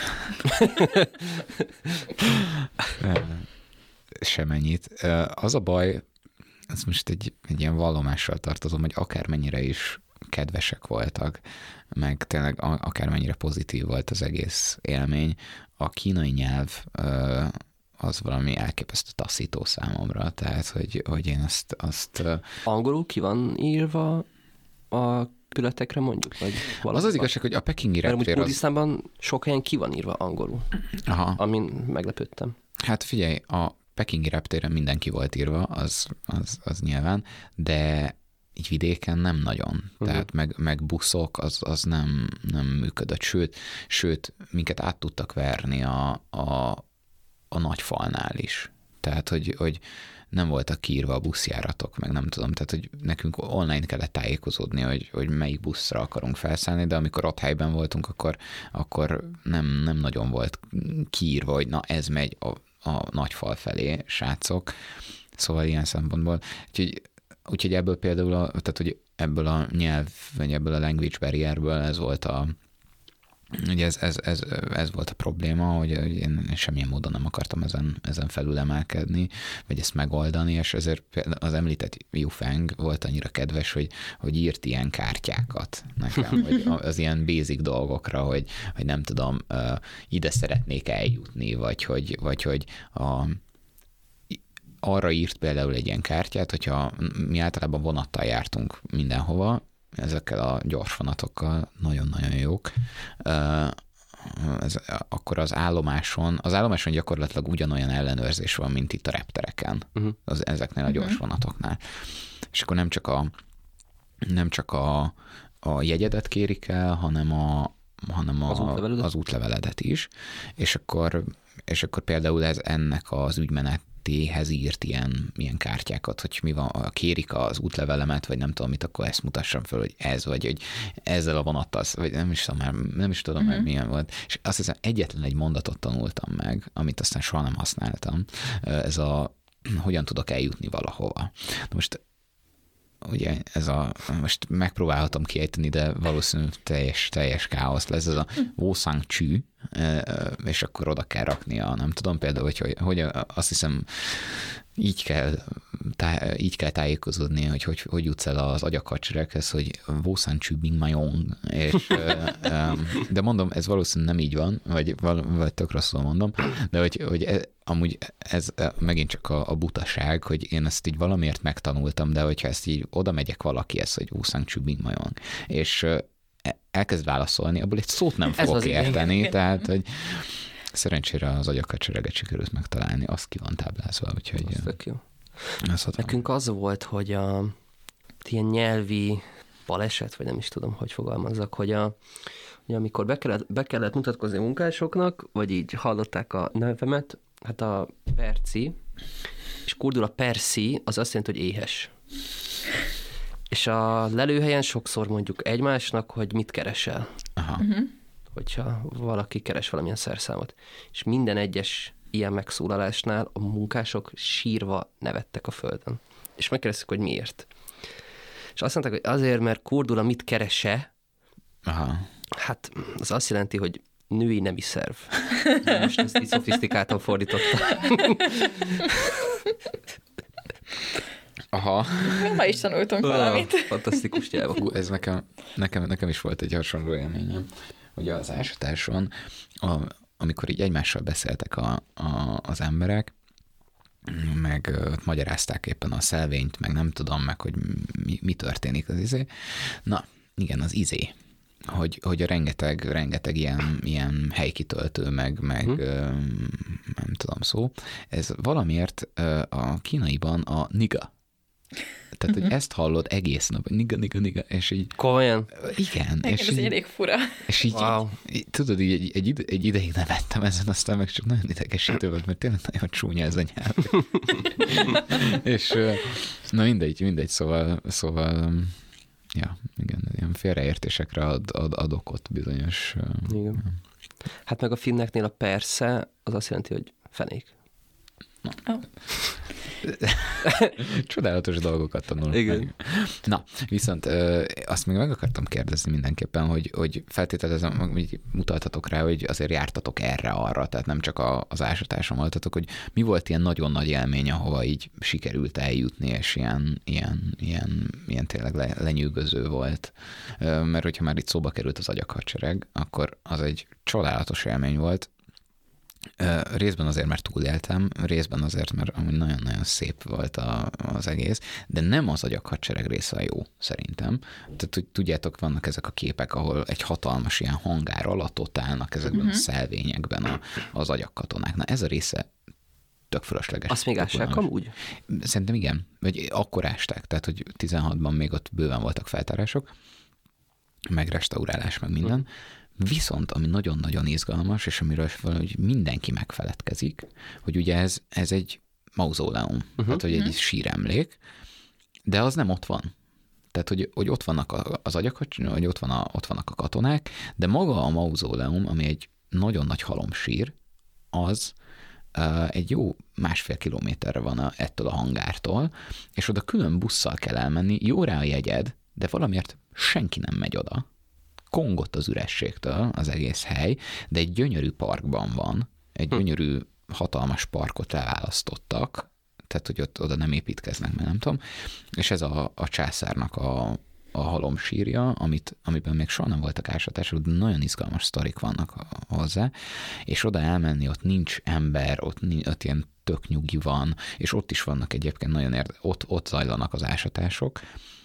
C: Semennyit. Az a baj, ez most egy ilyen vallomással tartozom, hogy akármennyire is kedvesek voltak, meg tényleg akármennyire pozitív volt az egész élmény, a kínai nyelv az valami elképesztő taszító számomra, tehát, hogy én azt
E: Angolul ki van írva a ületekre mondjuk? Vagy
C: az az igazság, hogy a pekingi reptér
E: mert Kurdisztánban sok helyen ki van írva angolul,
C: Aha.
E: amin meglepődtem.
C: Hát figyelj, a pekingi reptéren mindenki volt írva, az nyilván, de így vidéken nem nagyon. Tehát meg buszok, az nem működött. Sőt, minket át tudtak verni a nagy falnál is. Tehát, hogy nem voltak kiírva a buszjáratok, meg nem tudom, tehát, hogy nekünk online kellett tájékozódni, hogy melyik buszra akarunk felszállni, de amikor ott helyben voltunk, akkor nem nagyon volt kiírva, hogy na ez megy a nagy fal felé, srácok. Szóval ilyen szempontból. Úgyhogy ebből például, tehát, hogy ebből a nyelv, vagy ebből a language barrierből ez volt ugye ez volt a probléma, hogy én semmilyen módon nem akartam ezen felül emelkedni, vagy ezt megoldani, és ezért az említett Yufeng volt annyira kedves, hogy írt ilyen kártyákat nekem, vagy az ilyen basic dolgokra, hogy nem tudom, ide szeretnék eljutni, vagy hogy arra írt például egy ilyen kártyát, hogyha mi általában vonattal jártunk mindenhova, ezekkel a gyors vonatokkal, nagyon-nagyon jók, akkor az állomáson gyakorlatilag ugyanolyan ellenőrzés van, mint itt a reptereken, ezeknél a gyors vonatoknál. És akkor nem csak a jegyedet kérik el, hanem az útleveledet is, és akkor például ez ennek az ügymenetéhez írt ilyen kártyákat, hogy mi van, kérik az útlevelemet, vagy nem tudom mit, akkor ezt mutassam föl, hogy ez, vagy hogy ezzel a vonattal, vagy nem is tudom már milyen volt. És azt hiszem egyetlen egy mondatot tanultam meg, amit aztán soha nem használtam, ez a hogyan tudok eljutni valahova. Na most ugye most megpróbálhatom kiejteni, de valószínűleg teljes káosz lesz, ez a Wosang Chu, és akkor oda kell raknia, nem tudom például, hogy azt hiszem így kell tájékozódni, hogy jutsz el az agyakacsrekhez, hogy Wosang Chu Bing Mayong, de mondom, ez valószínűleg nem így van, vagy tök rosszul mondom, de hogy amúgy ez megint csak a butaság, hogy én ezt így valamiért megtanultam, de hogyha ezt így oda megyek valakihez, hogy Wosang Chu Bing Mayong, és elkezd válaszolni, abból egy szót nem fogok érteni, tehát, hogy szerencsére az agyakacsereget sikerült megtalálni, azt ki van táblázva, úgyhogy...
E: Az tök jó. Nekünk az volt, hogy ilyen nyelvi baleset, vagy nem is tudom, hogy fogalmazzak, hogy amikor be kellett mutatkozni a munkásoknak, vagy így hallották a nevemet, hát a perci, és kurdul a perszi, az azt jelenti, hogy éhes. És a lelőhelyen sokszor mondjuk egymásnak, hogy mit keresel.
C: Aha.
E: Hogyha valaki keres valamilyen szerszámot. És minden egyes ilyen megszólalásnál a munkások sírva nevettek a földön. És megkérdeztük, hogy miért. És azt mondták, hogy azért, mert kurdul mit kerese,
C: Aha.
E: hát az azt jelenti, hogy női nemi szerv. Most ezt így szofisztikáltan fordítottam.
C: Aha.
D: Ma is tanultunk valamit.
E: Fantasztikus nyelv.
C: Ez nekem is volt egy hasonló élményem. Ugye az ásatáson, amikor így egymással beszéltek az emberek, meg magyarázták éppen a szelvényt, meg nem tudom, meg hogy mi történik az izé. Na, igen, az izé. Hogy a rengeteg ilyen helykitöltő, meg nem tudom szó. Ez valamiért a kínaiban a niga. Tehát, hogy ezt hallod egész nap, niga, és így...
E: Komolyan?
C: Igen.
D: Nekem ez így elég fura.
C: És így,
E: wow.
C: Tudod, így egy ideig nevettem ezen, aztán meg csak nagyon idegesítő volt, mert tényleg nagyon csúnya ez a nyelv. És na mindegy, szóval ja, igen, ilyen félreértésekre ad okot bizonyos...
E: Igen. Hát meg a finneknél a persze, az azt jelenti, hogy fenék.
D: Oh.
C: Csodálatos dolgokat tanulunk.
E: Igen.
C: Meg. Na, viszont azt még meg akartam kérdezni mindenképpen, hogy feltételezem, hogy mutathatok rá, hogy azért jártatok erre-arra, tehát nem csak az ásatáson voltatok, hogy mi volt ilyen nagyon nagy élmény, ahova így sikerült eljutni, és ilyen tényleg lenyűgöző volt. Mert hogyha már itt szóba került az agyaghadsereg, akkor az egy csodálatos élmény volt. Részben azért, mert túléltem, részben azért, mert amúgy nagyon-nagyon szép volt az egész, de nem az agyaghadsereg része a jó, szerintem. Tehát, tudjátok, vannak ezek a képek, ahol egy hatalmas ilyen hangár alatt ott állnak ezekben a szelvényekben az agyagkatonák. Na ez a része tök fölösleges.
E: Azt még ássák amúgy?
C: Szerintem igen, vagy akkor ásták, tehát hogy 16-ban még ott bőven voltak feltárások, meg restaurálás, meg minden. Viszont, ami nagyon-nagyon izgalmas, és amiről valahogy mindenki megfeledkezik, hogy ugye ez egy mauzóleum, tehát hogy egy síremlék, de az nem ott van. Tehát, hogy ott vannak az agyaghadsereg, hogy ott vannak a katonák, de maga a mauzóleum, ami egy nagyon nagy halomsír, az egy jó 1,5 kilométerre van ettől a hangártól, és oda külön busszal kell elmenni, jó rá a jegyed, de valamiért senki nem megy oda. Kongott az ürességtől az egész hely, de egy gyönyörű parkban van, egy gyönyörű hatalmas parkot elválasztottak, tehát hogy ott oda nem építkeznek, mert nem tudom, és ez a császárnak a halomsírja, amiben még soha nem voltak ásatások, de nagyon izgalmas sztorik vannak hozzá, és oda elmenni, ott nincs ember, ott ilyen tök nyugi van, és ott is vannak egyébként nagyon ott zajlanak az ásatások,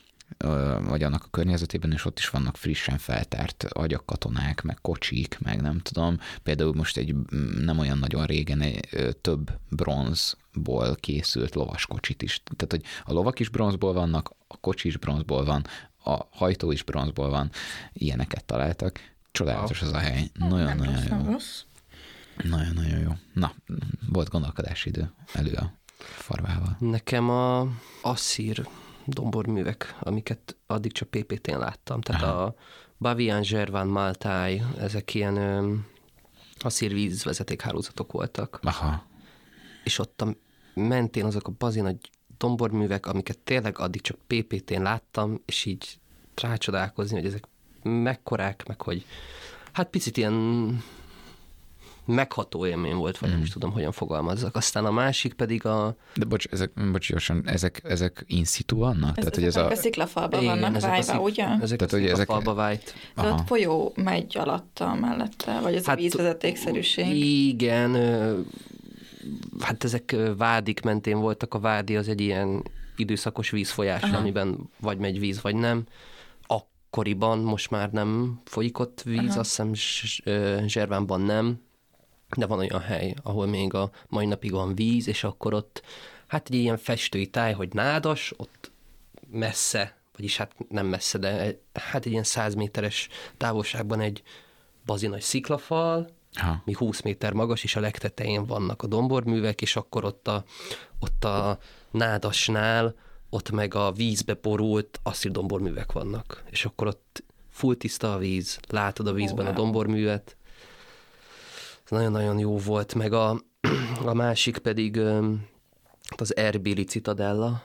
C: vagy annak a környezetében, és ott is vannak frissen feltárt agyagkatonák, meg kocsik, meg nem tudom. Például most nem olyan nagyon régen több bronzból készült lovaskocsit is. Tehát, hogy a lovak is bronzból vannak, a kocsi is bronzból van, a hajtó is bronzból van, ilyeneket találtak. Csodálatos az a hely. Nagyon-nagyon jó. Nagyon-nagyon jó. Na, volt gondolkodási idő elő a Farvával.
E: Nekem a asszír domborművek, amiket addig csak PPT-n láttam. Tehát a Bavian, Zserván, Maltáj, ezek ilyen asszír vízvezetékhálózatok voltak.
C: Aha.
E: És ott a mentén azok a bazin nagy domborművek, amiket tényleg addig csak PPT-n láttam, és így rácsodálkozni, hogy ezek mekkorák, meg hogy hát picit ilyen megható élmény volt, vagy nem is tudom, hogyan fogalmazzak. Aztán a másik pedig a... De
C: bocs, ezek in situ vannak?
D: Tehát, hogy ez a sziklafalban vannak vájva, ugye?
E: Ezek a sziklafalba vájt.
D: Tehát folyó megy alatta mellette, vagy ez a vízvezetékszerűség?
E: Igen, hát ezek vádik mentén voltak. A vádi az egy ilyen időszakos vízfolyás, amiben vagy megy víz, vagy nem. Akkoriban most már nem folyik ott víz, azt hiszem Zservánban nem, de van olyan hely, ahol még a mai napig van víz, és akkor ott hát egy ilyen festői táj, hogy nádas, ott messze, vagyis hát nem messze, de hát egy ilyen 100 méteres távolságban egy bazinagy sziklafal, mi 20 méter magas, és a legtetején vannak a domborművek, és akkor ott a nádasnál, ott meg a vízbe borult asszír-domborművek vannak. És akkor ott full tiszta a víz, látod a vízben a domborművet. Ez nagyon-nagyon jó volt, meg a másik pedig az Erbili Citadella.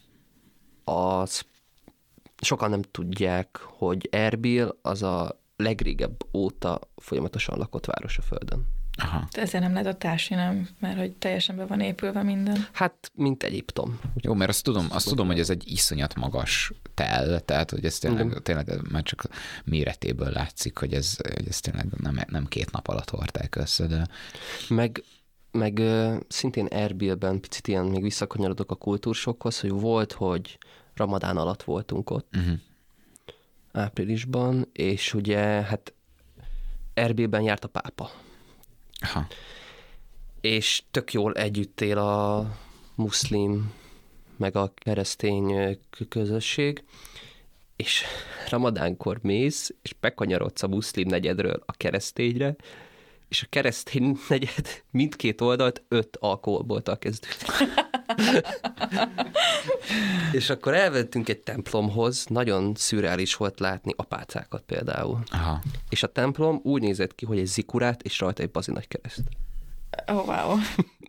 E: Az sokan nem tudják, hogy Erbil az a legrégebb óta folyamatosan lakott város a Földön.
B: Aha.
D: De ezért nem lehet a társi, nem? Mert hogy teljesen be van épülve minden.
E: Hát, mint Egyiptom.
C: Jó, mert azt tudom, hogy ez egy iszonyat magas tel, tehát hogy ez tényleg már csak méretéből látszik, hogy ez tényleg nem 2 nap alatt hordták össze, de...
E: Meg szintén Erbilben picit ilyen, még visszakanyarodok a kultúrsokhoz, hogy volt, hogy Ramadán alatt voltunk ott, áprilisban, és ugye hát Erbilben járt a pápa.
C: Aha.
E: És tök jól együtt él a muszlim meg a keresztény közösség, és Ramadánkor mész, és bekanyarodsz a muszlim negyedről a keresztényre, és a keresztény negyed mindkét oldalt 5 alkoholbolttal kezdődik. És akkor elmentünk egy templomhoz, nagyon szürreális volt látni apácákat például.
C: Aha.
E: És a templom úgy nézett ki, hogy egy zikurát, és rajta egy bazinagy kereszt.
D: Oh, wow.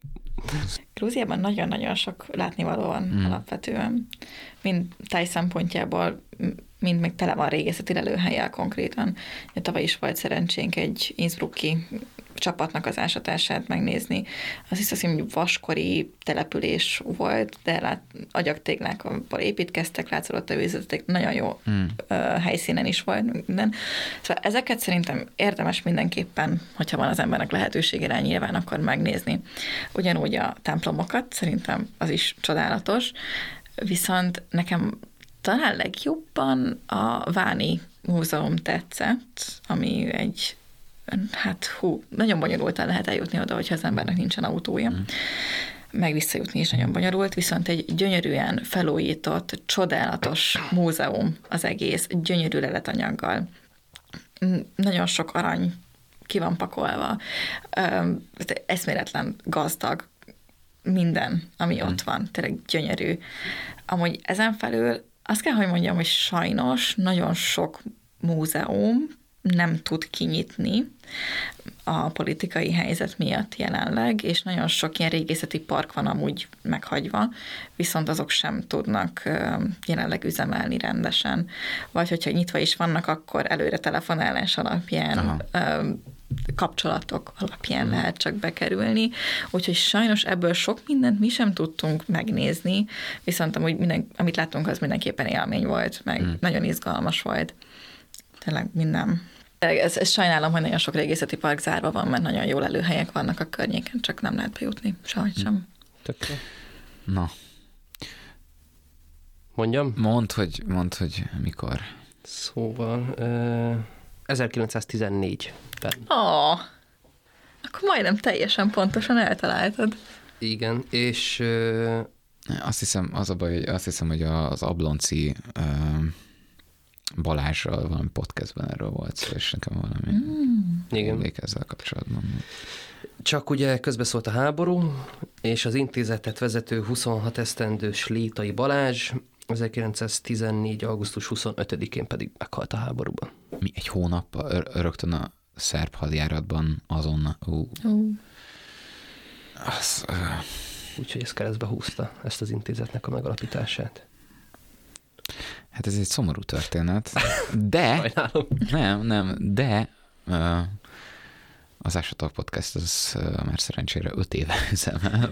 D: Grúziában nagyon-nagyon sok látnivaló van alapvetően. Mind táj szempontjából, mind meg tele van régészeti lelőhellyel konkrétan. Tavaly is volt szerencsénk egy innsbrucki csapatnak az ásatását megnézni. Azt hiszem, hogy vaskori település volt, de agyagtéglákból építkeztek, látszott a vízvezeték, nagyon jó helyszínen is volt minden. Szóval ezeket szerintem érdemes mindenképpen, hogyha van az embernek lehetősége rá nyilván, akkor megnézni. Ugyanúgy a templomokat, szerintem az is csodálatos, viszont nekem talán legjobban a Váni Múzeum tetszett, ami egy nagyon bonyolultan lehet eljutni oda, hogyha az embernek nincsen autója. Meg visszajutni is nagyon bonyolult, viszont egy gyönyörűen felújított, csodálatos múzeum az egész, gyönyörű leletanyaggal. Nagyon sok arany ki van pakolva, eszméletlen gazdag minden, ami ott van, tényleg gyönyörű. Amúgy ezen felül azt kell, hogy mondjam, hogy sajnos nagyon sok múzeum nem tud kinyitni a politikai helyzet miatt jelenleg, és nagyon sok ilyen régészeti park van amúgy meghagyva, viszont azok sem tudnak jelenleg üzemelni rendesen. Vagy hogyha nyitva is vannak, akkor előre telefonálás alapján, kapcsolatok alapján lehet csak bekerülni. Úgyhogy sajnos ebből sok mindent mi sem tudtunk megnézni, viszont amúgy amit láttunk, az mindenképpen élmény volt, meg nagyon izgalmas volt. Tényleg minden. Ez sajnálom, hogy nagyon sok régészeti park zárva van, mert nagyon jó lelőhelyek vannak a környéken, csak nem lehet bejutni, sehogy sem.
E: Tökre.
C: Na.
E: Mondjam?
C: Mondd, hogy mikor.
E: Szóval 1914-ben.
D: Akkor majdnem teljesen pontosan eltaláltad.
E: Igen, és...
C: Azt hiszem, az a baj, hogy az Ablonci Balázsral valami podcastben erről volt szó, és nekem valami emlék ezzel kapcsolatban.
E: Csak ugye közbeszólt a háború, és az intézetet vezető 26 esztendős Létai Balázs 1914. augusztus 25-én pedig meghalt a háborúban.
C: Mi egy hónap rögtön a szerb hadjáratban azonnal.
E: Úgyhogy ez keresztbe húzta ezt az intézetnek a megalapítását.
C: Hát ez egy szomorú történet, de de az Ásatag Podcast az már szerencsére 5 éve üzemel.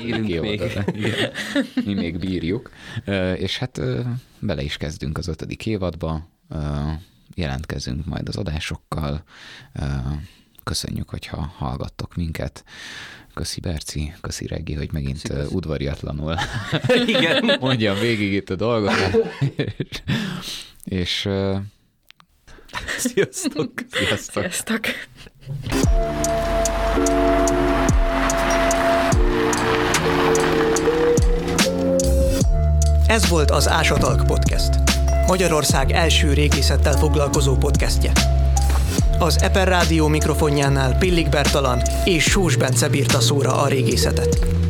C: Mi még bírjuk. És hát bele is kezdünk az 5. évadba, jelentkezünk majd az adásokkal. Köszönjük, hogyha hallgattok minket. Köszi Berci, köszi Regi, hogy megint udvariatlanul mondjam végig itt a dolgokat. És
E: sziasztok!
D: Sziasztok!
A: Ez volt az Ásatalk Podcast, Magyarország első régészettel foglalkozó podcastje. Az Eper Rádió mikrofonjánál Pillik Bertalan és Sós Bence bírta szóra a régészetet.